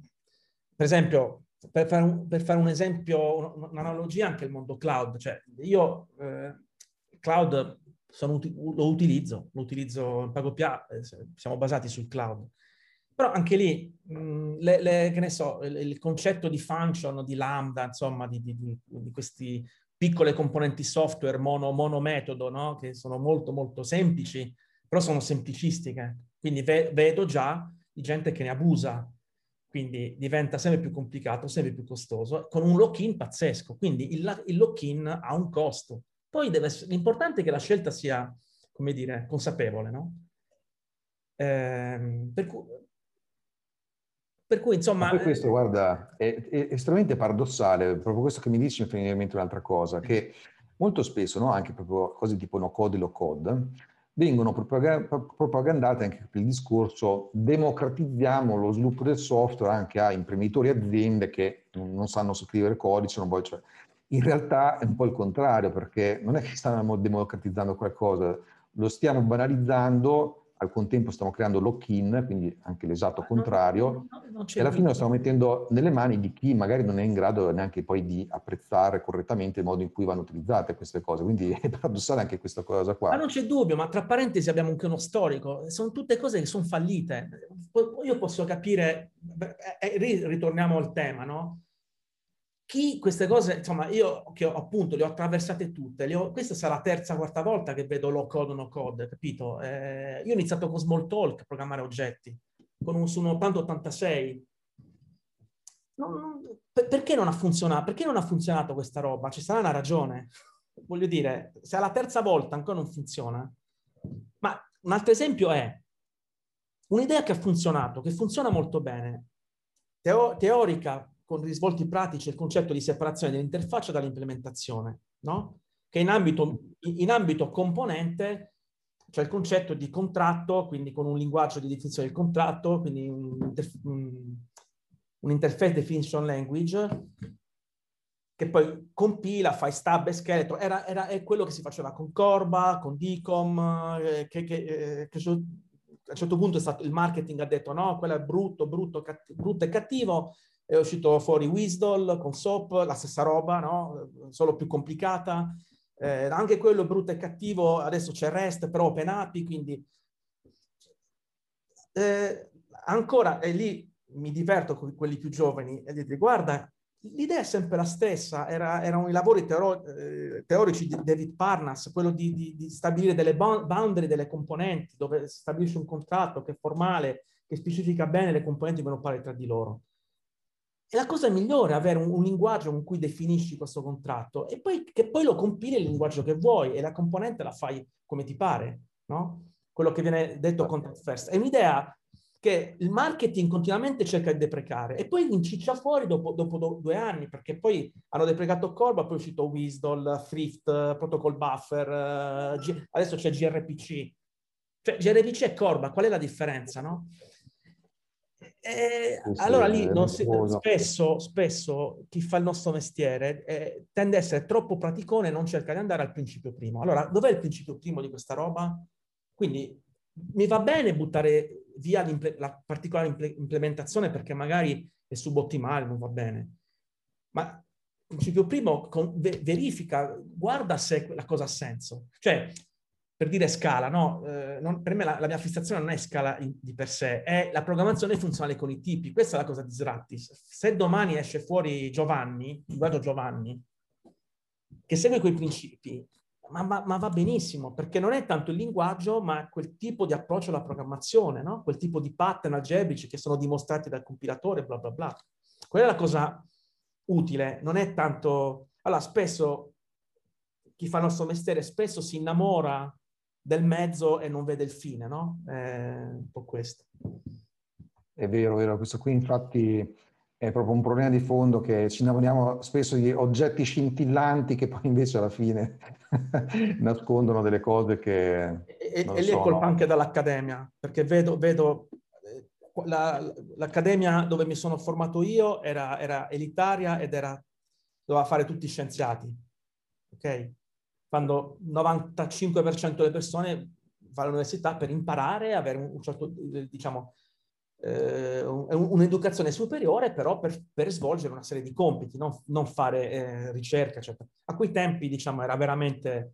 per esempio, per fare un, per fare un esempio, un'analogia anche il mondo cloud. Cioè, io eh, cloud sono, lo utilizzo, lo utilizzo, pago pia, eh, siamo basati sul cloud. Però anche lì, mh, le, le, che ne so, il, il concetto di function, di lambda, insomma, di, di, di, di questi piccole componenti software mono, monometodo, no? Che sono molto, molto semplici, però sono semplicistiche. Quindi ve, vedo già di gente che ne abusa. Quindi diventa sempre più complicato, sempre più costoso, con un lock-in pazzesco. Quindi il, il lock-in ha un costo. Poi deve essere, l'importante è che la scelta sia, come dire, consapevole, no? Eh, per cui, per cui, insomma... Ma poi questo, guarda, è, è estremamente paradossale, proprio questo che mi dici mi fa venire in mente un'altra cosa, che molto spesso, no, anche proprio cose tipo no code e low code, vengono propagandate anche per il discorso democratizziamo lo sviluppo del software anche a imprenditori e aziende che non sanno scrivere codice, non voglio, cioè, in realtà è un po' il contrario, perché non è che stiamo democratizzando qualcosa, lo stiamo banalizzando, al contempo stiamo creando lock-in, quindi anche l'esatto contrario, no, no, non c'è e alla fine lo dubbio. stiamo mettendo nelle mani di chi magari non è in grado neanche poi di apprezzare correttamente il modo in cui vanno utilizzate queste cose. Quindi è paradossale anche questa cosa qua. Ma non c'è dubbio, ma tra parentesi abbiamo anche uno storico. Sono tutte cose che sono fallite. Io posso capire, ritorniamo al tema, no? Chi queste cose, insomma, io che ho, appunto le ho attraversate tutte, le ho, questa sarà la terza, quarta volta che vedo low code o no code, capito? Eh, io ho iniziato con Smalltalk a programmare oggetti, con un, su un ottanta ottantasei. Non, non, perché non ha funzionato? Perché non ha funzionato questa roba? Ci sarà una ragione. Voglio dire, se alla terza volta ancora non funziona. Ma un altro esempio è, un'idea che ha funzionato, che funziona molto bene, teo- teorica, con risvolti pratici, il concetto di separazione dell'interfaccia dall'implementazione, no? Che in ambito, in ambito componente c'è il concetto di contratto, quindi con un linguaggio di definizione del contratto, quindi un, un, un interface definition language, che poi compila, fa stub e scheletro. Era, era è quello che si faceva con Corba, con D COM, eh, che, che, eh, che a un certo punto è stato, il marketing ha detto no, quello è brutto, brutto, cattivo, brutto e cattivo. È uscito fuori Wisdol con S O A P, la stessa roba, no? Solo più complicata. Eh, anche quello brutto e cattivo, adesso c'è REST, però Open A P I, quindi eh, ancora, e lì mi diverto con quelli più giovani, e dite, guarda, l'idea è sempre la stessa, Era, erano i lavori teoro, eh, teorici di David Parnas, quello di, di, di stabilire delle boundary delle componenti, dove si stabilisce un contratto che è formale, che specifica bene le componenti che devono parlare tra di loro. E la cosa migliore è avere un, un linguaggio con cui definisci questo contratto e poi che poi lo compili il linguaggio che vuoi e la componente la fai come ti pare, no? Quello che viene detto contract first. È un'idea che il marketing continuamente cerca di deprecare e poi inciccia fuori dopo, dopo do, due anni, perché poi hanno deprecato Corba, poi è uscito Wisdol, Thrift, Protocol Buffer, uh, G- adesso c'è G R P C. Cioè G R P C e Corba, qual è la differenza, no? Eh, Sì, sì, allora lì non si, mostruoso. spesso, spesso chi fa il nostro mestiere eh, tende a essere troppo praticone e non cerca di andare al principio primo. Allora, dov'è il principio primo di questa roba? Quindi mi va bene buttare via la particolare implementazione perché magari è subottimale, non va bene. Ma il principio primo con, verifica, guarda se la cosa ha senso. Cioè, per dire scala, no? Eh, non, per me la, la mia fissazione non è scala in, di per sé, è la programmazione funzionale con i tipi. Questa è la cosa disruptive. Se domani esce fuori Giovanni, guardo Giovanni, che segue quei principi, ma, ma, ma va benissimo, perché non è tanto il linguaggio, ma quel tipo di approccio alla programmazione, no? Quel tipo di pattern algebrici che sono dimostrati dal compilatore, bla bla bla. Quella è la cosa utile, non è tanto... Allora, spesso chi fa il nostro mestiere spesso si innamora del mezzo e non vede il fine, no? È un po' questo. È vero, è vero. Questo qui infatti è proprio un problema di fondo, che ci innamoriamo spesso di oggetti scintillanti che poi invece alla fine nascondono delle cose che E, non e lì è colpa sono... anche dall'accademia, perché vedo, vedo la, l'accademia dove mi sono formato io era, era elitaria ed era, doveva fare tutti scienziati, ok? Quando il novantacinque per cento delle persone va all'università per imparare, avere un certo, diciamo, eh, un'educazione superiore, però per, per svolgere una serie di compiti, non, non fare eh, ricerca, eccetera. A quei tempi, diciamo, era veramente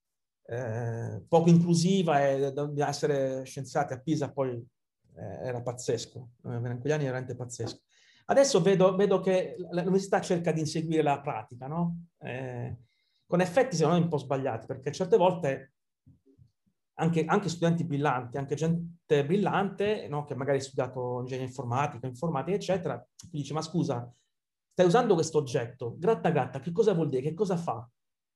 eh, poco inclusiva e da essere scienziati a Pisa poi eh, era pazzesco. Eh, in quegli anni era veramente pazzesco. Adesso vedo, vedo che l'università cerca di inseguire la pratica, no? Eh, con effetti secondo me un po' sbagliati, perché certe volte anche, anche studenti brillanti, anche gente brillante, no? Che magari ha studiato ingegneria informatica, informatica, eccetera, ti dice, ma scusa, stai usando questo oggetto, gratta gatta, che cosa vuol dire? Che cosa fa?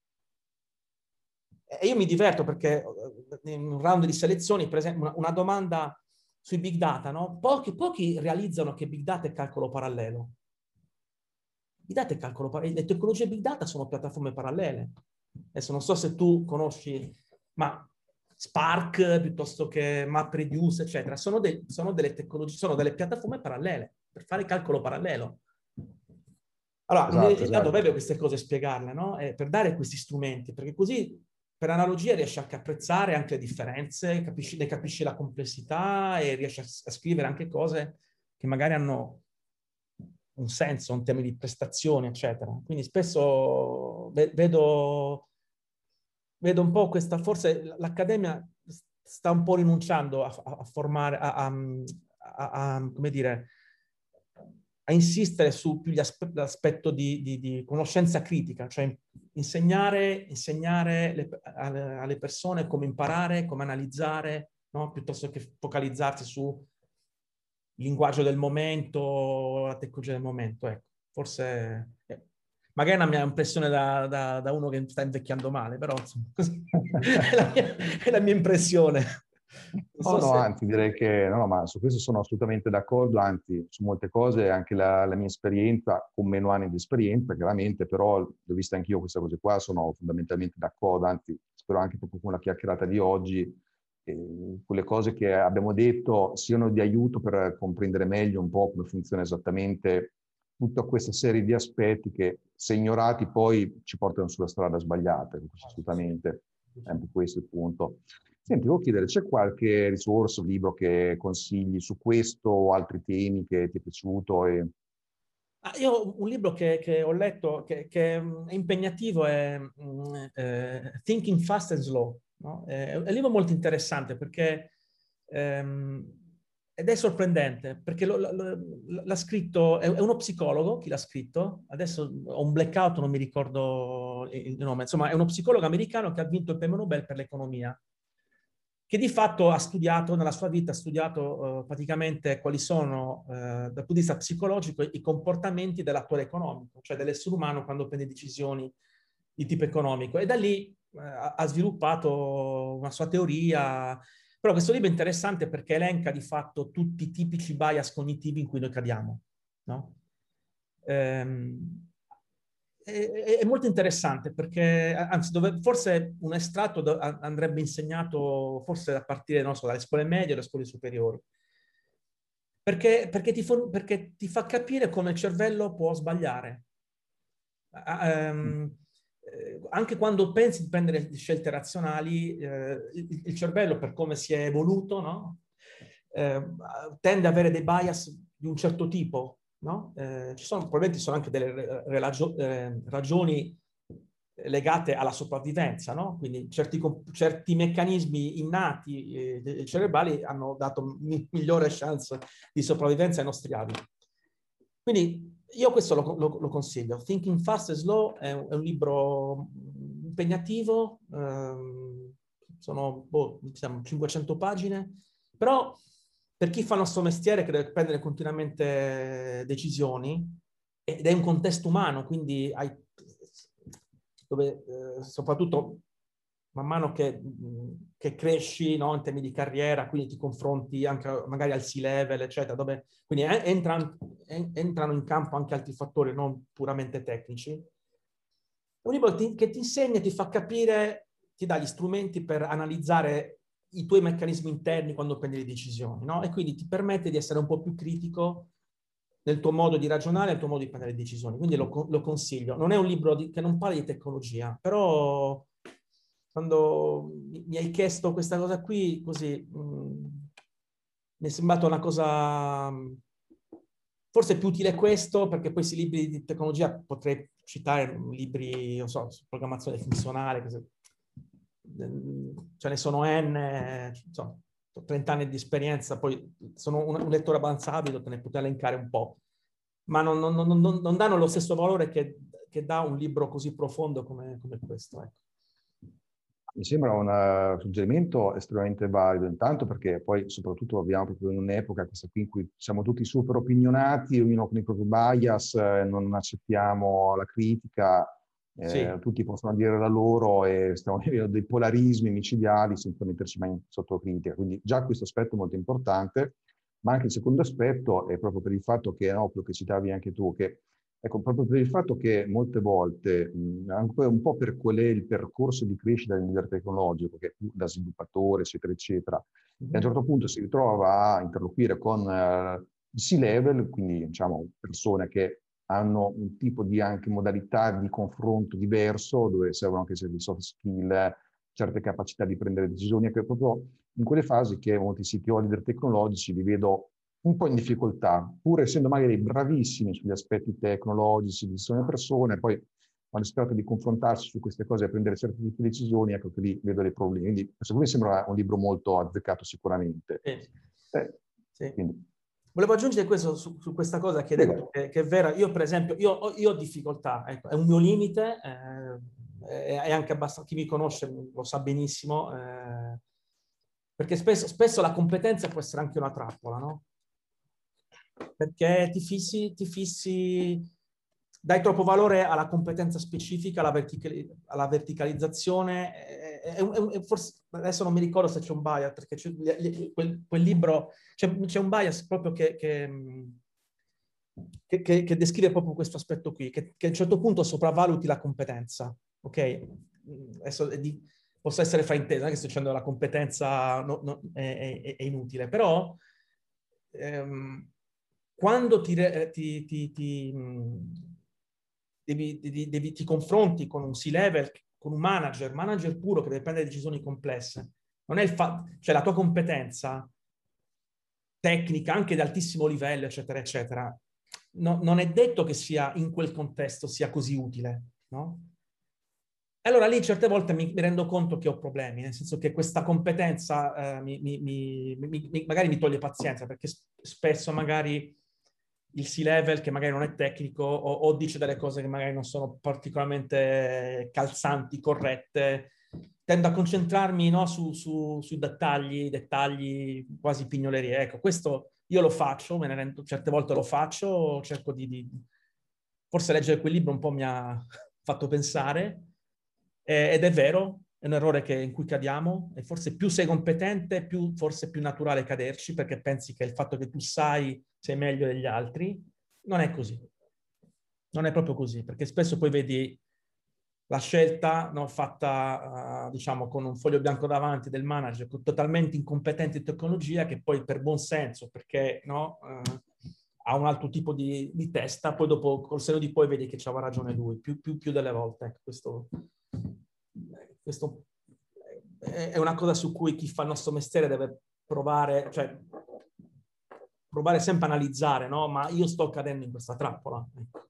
E io mi diverto perché in un round di selezioni, per esempio, una, una domanda sui big data, no? Pochi, pochi realizzano che big data è calcolo parallelo. Big data è calcolo parallelo. Le tecnologie big data sono piattaforme parallele. Adesso non so se tu conosci, ma Spark piuttosto che MapReduce, eccetera, sono, de, sono delle tecnologie, sono delle piattaforme parallele per fare calcolo parallelo. Allora, Esatto, l'università esatto. dovrebbe queste cose spiegarle, no? E per dare questi strumenti, perché così per analogia riesci anche a apprezzare anche le differenze, capisci, ne capisci la complessità e riesci a, a scrivere anche cose che magari hanno un senso in termini di prestazioni, eccetera. Quindi spesso vedo, vedo un po' questa, forse l'accademia sta un po' rinunciando a, a formare, a, a, a, a, come dire, a insistere su più aspe- l'aspetto di, di, di conoscenza critica, cioè insegnare, insegnare le, alle, alle persone come imparare, come analizzare, no? Piuttosto che focalizzarsi su il linguaggio del momento, la tecnologia del momento. Ecco, forse eh, magari è una mia impressione da, da, da uno che sta invecchiando male, però insomma, così, è, la mia, è la mia impressione. So No, no, se... anzi direi che no, no, ma su questo sono assolutamente d'accordo, anzi su molte cose anche la, la mia esperienza, con meno anni di esperienza chiaramente, però l'ho vista anch'io queste cose qua, sono fondamentalmente d'accordo, anzi spero anche proprio con la chiacchierata di oggi, eh, quelle cose che abbiamo detto siano di aiuto per comprendere meglio un po' come funziona esattamente tutta questa serie di aspetti che se ignorati poi ci portano sulla strada sbagliata, assolutamente, è anche questo il punto. Senti, volevo chiedere, c'è qualche risorsa, libro che consigli su questo o altri temi che ti è piaciuto? E... Ah, io un libro che, che ho letto, che, che è impegnativo, è mm, eh, Thinking Fast and Slow. No? È, è un libro molto interessante perché, ehm, ed è sorprendente, perché lo- lo- l'ha scritto, è, è uno psicologo, chi l'ha scritto, adesso ho un blackout, non mi ricordo il nome, insomma è uno psicologo americano che ha vinto il premio Nobel per l'economia, che di fatto ha studiato, nella sua vita, ha studiato uh, praticamente quali sono, uh, dal punto di vista psicologico, i comportamenti dell'attore economico, cioè dell'essere umano quando prende decisioni di tipo economico. E da lì uh, ha sviluppato una sua teoria. Però questo libro è interessante perché elenca di fatto tutti i tipici bias cognitivi in cui noi cadiamo, no? Ehm, è, è molto interessante perché, anzi, dove, forse un estratto do, andrebbe insegnato forse a partire, non so, dalle scuole medie o dalle scuole superiori. Perché, perché, ti for, perché ti fa capire come il cervello può sbagliare. Um, eh, anche quando pensi di prendere scelte razionali, eh, il, il cervello, per come si è evoluto, no? eh, tende ad avere dei bias di un certo tipo. No? Eh, ci sono, probabilmente ci sono anche delle relagio, eh, ragioni legate alla sopravvivenza, no? Quindi certi, certi meccanismi innati eh, cerebrali hanno dato mi, migliore chance di sopravvivenza ai nostri avi. Quindi io questo lo, lo, lo consiglio. Thinking Fast and Slow è un, è un libro impegnativo, ehm, sono boh, diciamo, cinquecento pagine, però per chi fa il nostro mestiere che deve prendere continuamente decisioni, ed è un contesto umano, quindi hai, dove eh, soprattutto man mano che, che cresci, no, in termini di carriera, quindi ti confronti anche magari al C-level, eccetera, dove quindi entrano, entrano in campo anche altri fattori non puramente tecnici. È un libro che ti, che ti insegna, ti fa capire, ti dà gli strumenti per analizzare i tuoi meccanismi interni quando prendi le decisioni, no? E quindi ti permette di essere un po' più critico nel tuo modo di ragionare, nel tuo modo di prendere decisioni. Quindi lo, lo consiglio. Non è un libro di, che non parla di tecnologia, però quando mi hai chiesto questa cosa qui, così mh, mi è sembrata una cosa mh, forse più utile questo, perché poi questi libri di tecnologia potrei citare libri, non so, su programmazione funzionale, così. Ce ne sono N, insomma, ho trenta anni di esperienza, poi sono un, un lettore avanzato, te ne potrei elencare un po', ma non, non, non, non danno lo stesso valore che, che dà un libro così profondo come, come questo. Ecco. Mi sembra un suggerimento estremamente valido, intanto perché poi soprattutto abbiamo proprio in un'epoca questa qui in cui siamo tutti super opinionati, ognuno con i propri bias, eh, non accettiamo la critica, eh, Sì. tutti possono dire la loro e stiamo vivendo dei polarismi micidiali senza metterci mai sotto critica. Quindi già questo aspetto è molto importante, ma anche il secondo aspetto è proprio per il fatto che, no, quello che citavi anche tu, che ecco, proprio per il fatto che molte volte, mh, anche un po' per qual è il percorso di crescita del leader tecnologico, che da sviluppatore, eccetera, eccetera, Mm-hmm. e a un certo punto si ritrova a interloquire con uh, il C-level, quindi diciamo persone che hanno un tipo di anche modalità di confronto diverso, dove servono anche certi soft skill, certe capacità di prendere decisioni, che proprio in quelle fasi che molti C T O leader tecnologici li vedo un po' in difficoltà, pur essendo magari bravissimi sugli aspetti tecnologici, di sono persone, poi quando si tratta di confrontarsi su queste cose e prendere certe decisioni, ecco che lì vedo dei problemi. Quindi questo qui mi sembra un libro molto azzeccato sicuramente. Sì. Eh, Sì. quindi. Volevo aggiungere questo su, su questa cosa che hai detto, che, che è vera. Io, per esempio, io ho, io ho difficoltà, ecco, è un mio limite, eh, è anche abbastanza, chi mi conosce lo sa benissimo, eh, perché spesso, spesso la competenza può essere anche una trappola, no? Perché ti fissi, ti fissi, dai troppo valore alla competenza specifica, alla, verticali, alla verticalizzazione, e, è un, è un, forse, adesso non mi ricordo se c'è un bias, perché c'è, quel, quel libro, c'è, c'è un bias proprio che, che, che, che, che descrive proprio questo aspetto qui, che, che a un certo punto sopravvaluti la competenza, ok? Adesso è di, possa essere frainteso, non è che sto dicendo che la competenza no, no, è, è, è inutile, però ehm, quando ti, ti, ti, ti, devi, devi, devi, ti confronti con un C-level, con un manager, manager puro che deve prendere decisioni complesse, non è il fa- cioè la tua competenza tecnica, anche di altissimo livello, eccetera, eccetera, no, non è detto che sia in quel contesto sia così utile, no? Allora lì certe volte mi, mi rendo conto che ho problemi, nel senso che questa competenza eh, mi, mi, mi, magari mi toglie pazienza, perché spesso magari il C-level, che magari non è tecnico, o, o dice delle cose che magari non sono particolarmente calzanti, corrette, tendo a concentrarmi, no, su, su, sui dettagli, dettagli quasi pignolerie. Ecco, questo io lo faccio, me ne rendo, certe volte lo faccio, cerco di, di... Forse leggere quel libro un po' mi ha fatto pensare, eh, ed è vero, è un errore che, in cui cadiamo, e forse più sei competente, più forse è più naturale caderci, perché pensi che il fatto che tu sai sei meglio degli altri. Non è così. Non è proprio così, perché spesso poi vedi la scelta, no, fatta, uh, diciamo, con un foglio bianco davanti del manager totalmente incompetente in tecnologia, che poi per buon senso, perché no, uh, ha un altro tipo di, di testa, poi dopo col senno di poi vedi che c'aveva ragione lui, più, più, più delle volte. Questo, questo è una cosa su cui chi fa il nostro mestiere deve provare, cioè provare sempre a analizzare, no? Ma io sto cadendo in questa trappola.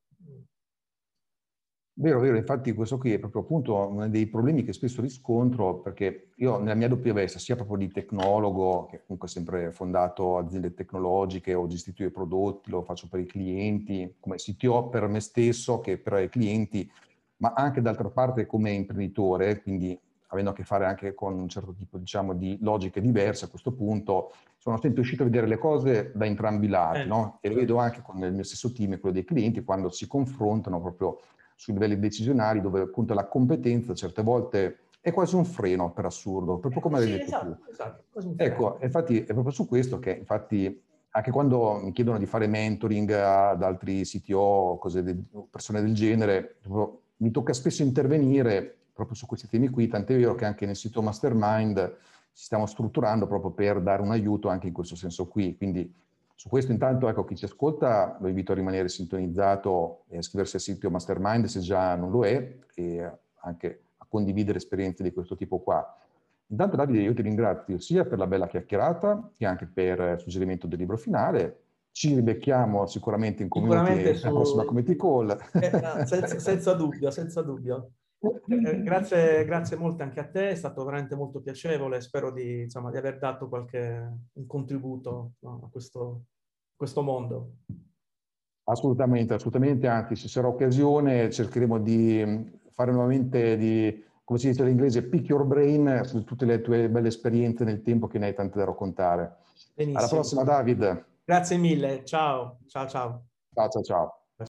Vero, vero, infatti questo qui è proprio appunto uno dei problemi che spesso riscontro, perché io nella mia doppia veste, sia proprio di tecnologo, che comunque ho sempre fondato aziende tecnologiche, ho gestito i prodotti, lo faccio per i clienti, come C T O per me stesso che per i clienti, ma anche d'altra parte come imprenditore, quindi avendo a che fare anche con un certo tipo, diciamo, di logiche diverse, a questo punto sono sempre riuscito a vedere le cose da entrambi i lati, Eh. no? E lo vedo anche con il mio stesso team e quello dei clienti, quando si confrontano proprio sui livelli decisionali, dove appunto la competenza certe volte è quasi un freno, per assurdo, proprio come hai Sì, detto esatto, tu. esatto, quasi un freno. Ecco, infatti è proprio su questo che infatti anche quando mi chiedono di fare mentoring ad altri C T O, cose de, persone del genere, mi tocca spesso intervenire proprio su questi temi qui, tant'è vero che anche nel sito Mastermind ci stiamo strutturando proprio per dare un aiuto anche in questo senso qui. Quindi su questo intanto, ecco, chi ci ascolta lo invito a rimanere sintonizzato e a iscriversi al sito Mastermind se già non lo è, e anche a condividere esperienze di questo tipo qua. Intanto Davide, io ti ringrazio sia per la bella chiacchierata che anche per il suggerimento del libro finale. Ci ribecchiamo sicuramente in community Sicuramente la prossima su... community call. Eh, senza, senza dubbio, senza dubbio. Eh, grazie, grazie molte anche a te, è stato veramente molto piacevole, spero di, insomma, di aver dato qualche un contributo, no, a questo, questo mondo. Assolutamente, assolutamente, anzi se sarà occasione cercheremo di fare nuovamente, di, come si dice in inglese, pick your brain su tutte le tue belle esperienze nel tempo, che ne hai tante da raccontare. Alla Benissimo. prossima David. Grazie mille, ciao, ciao, ciao. Ciao, ciao, ciao.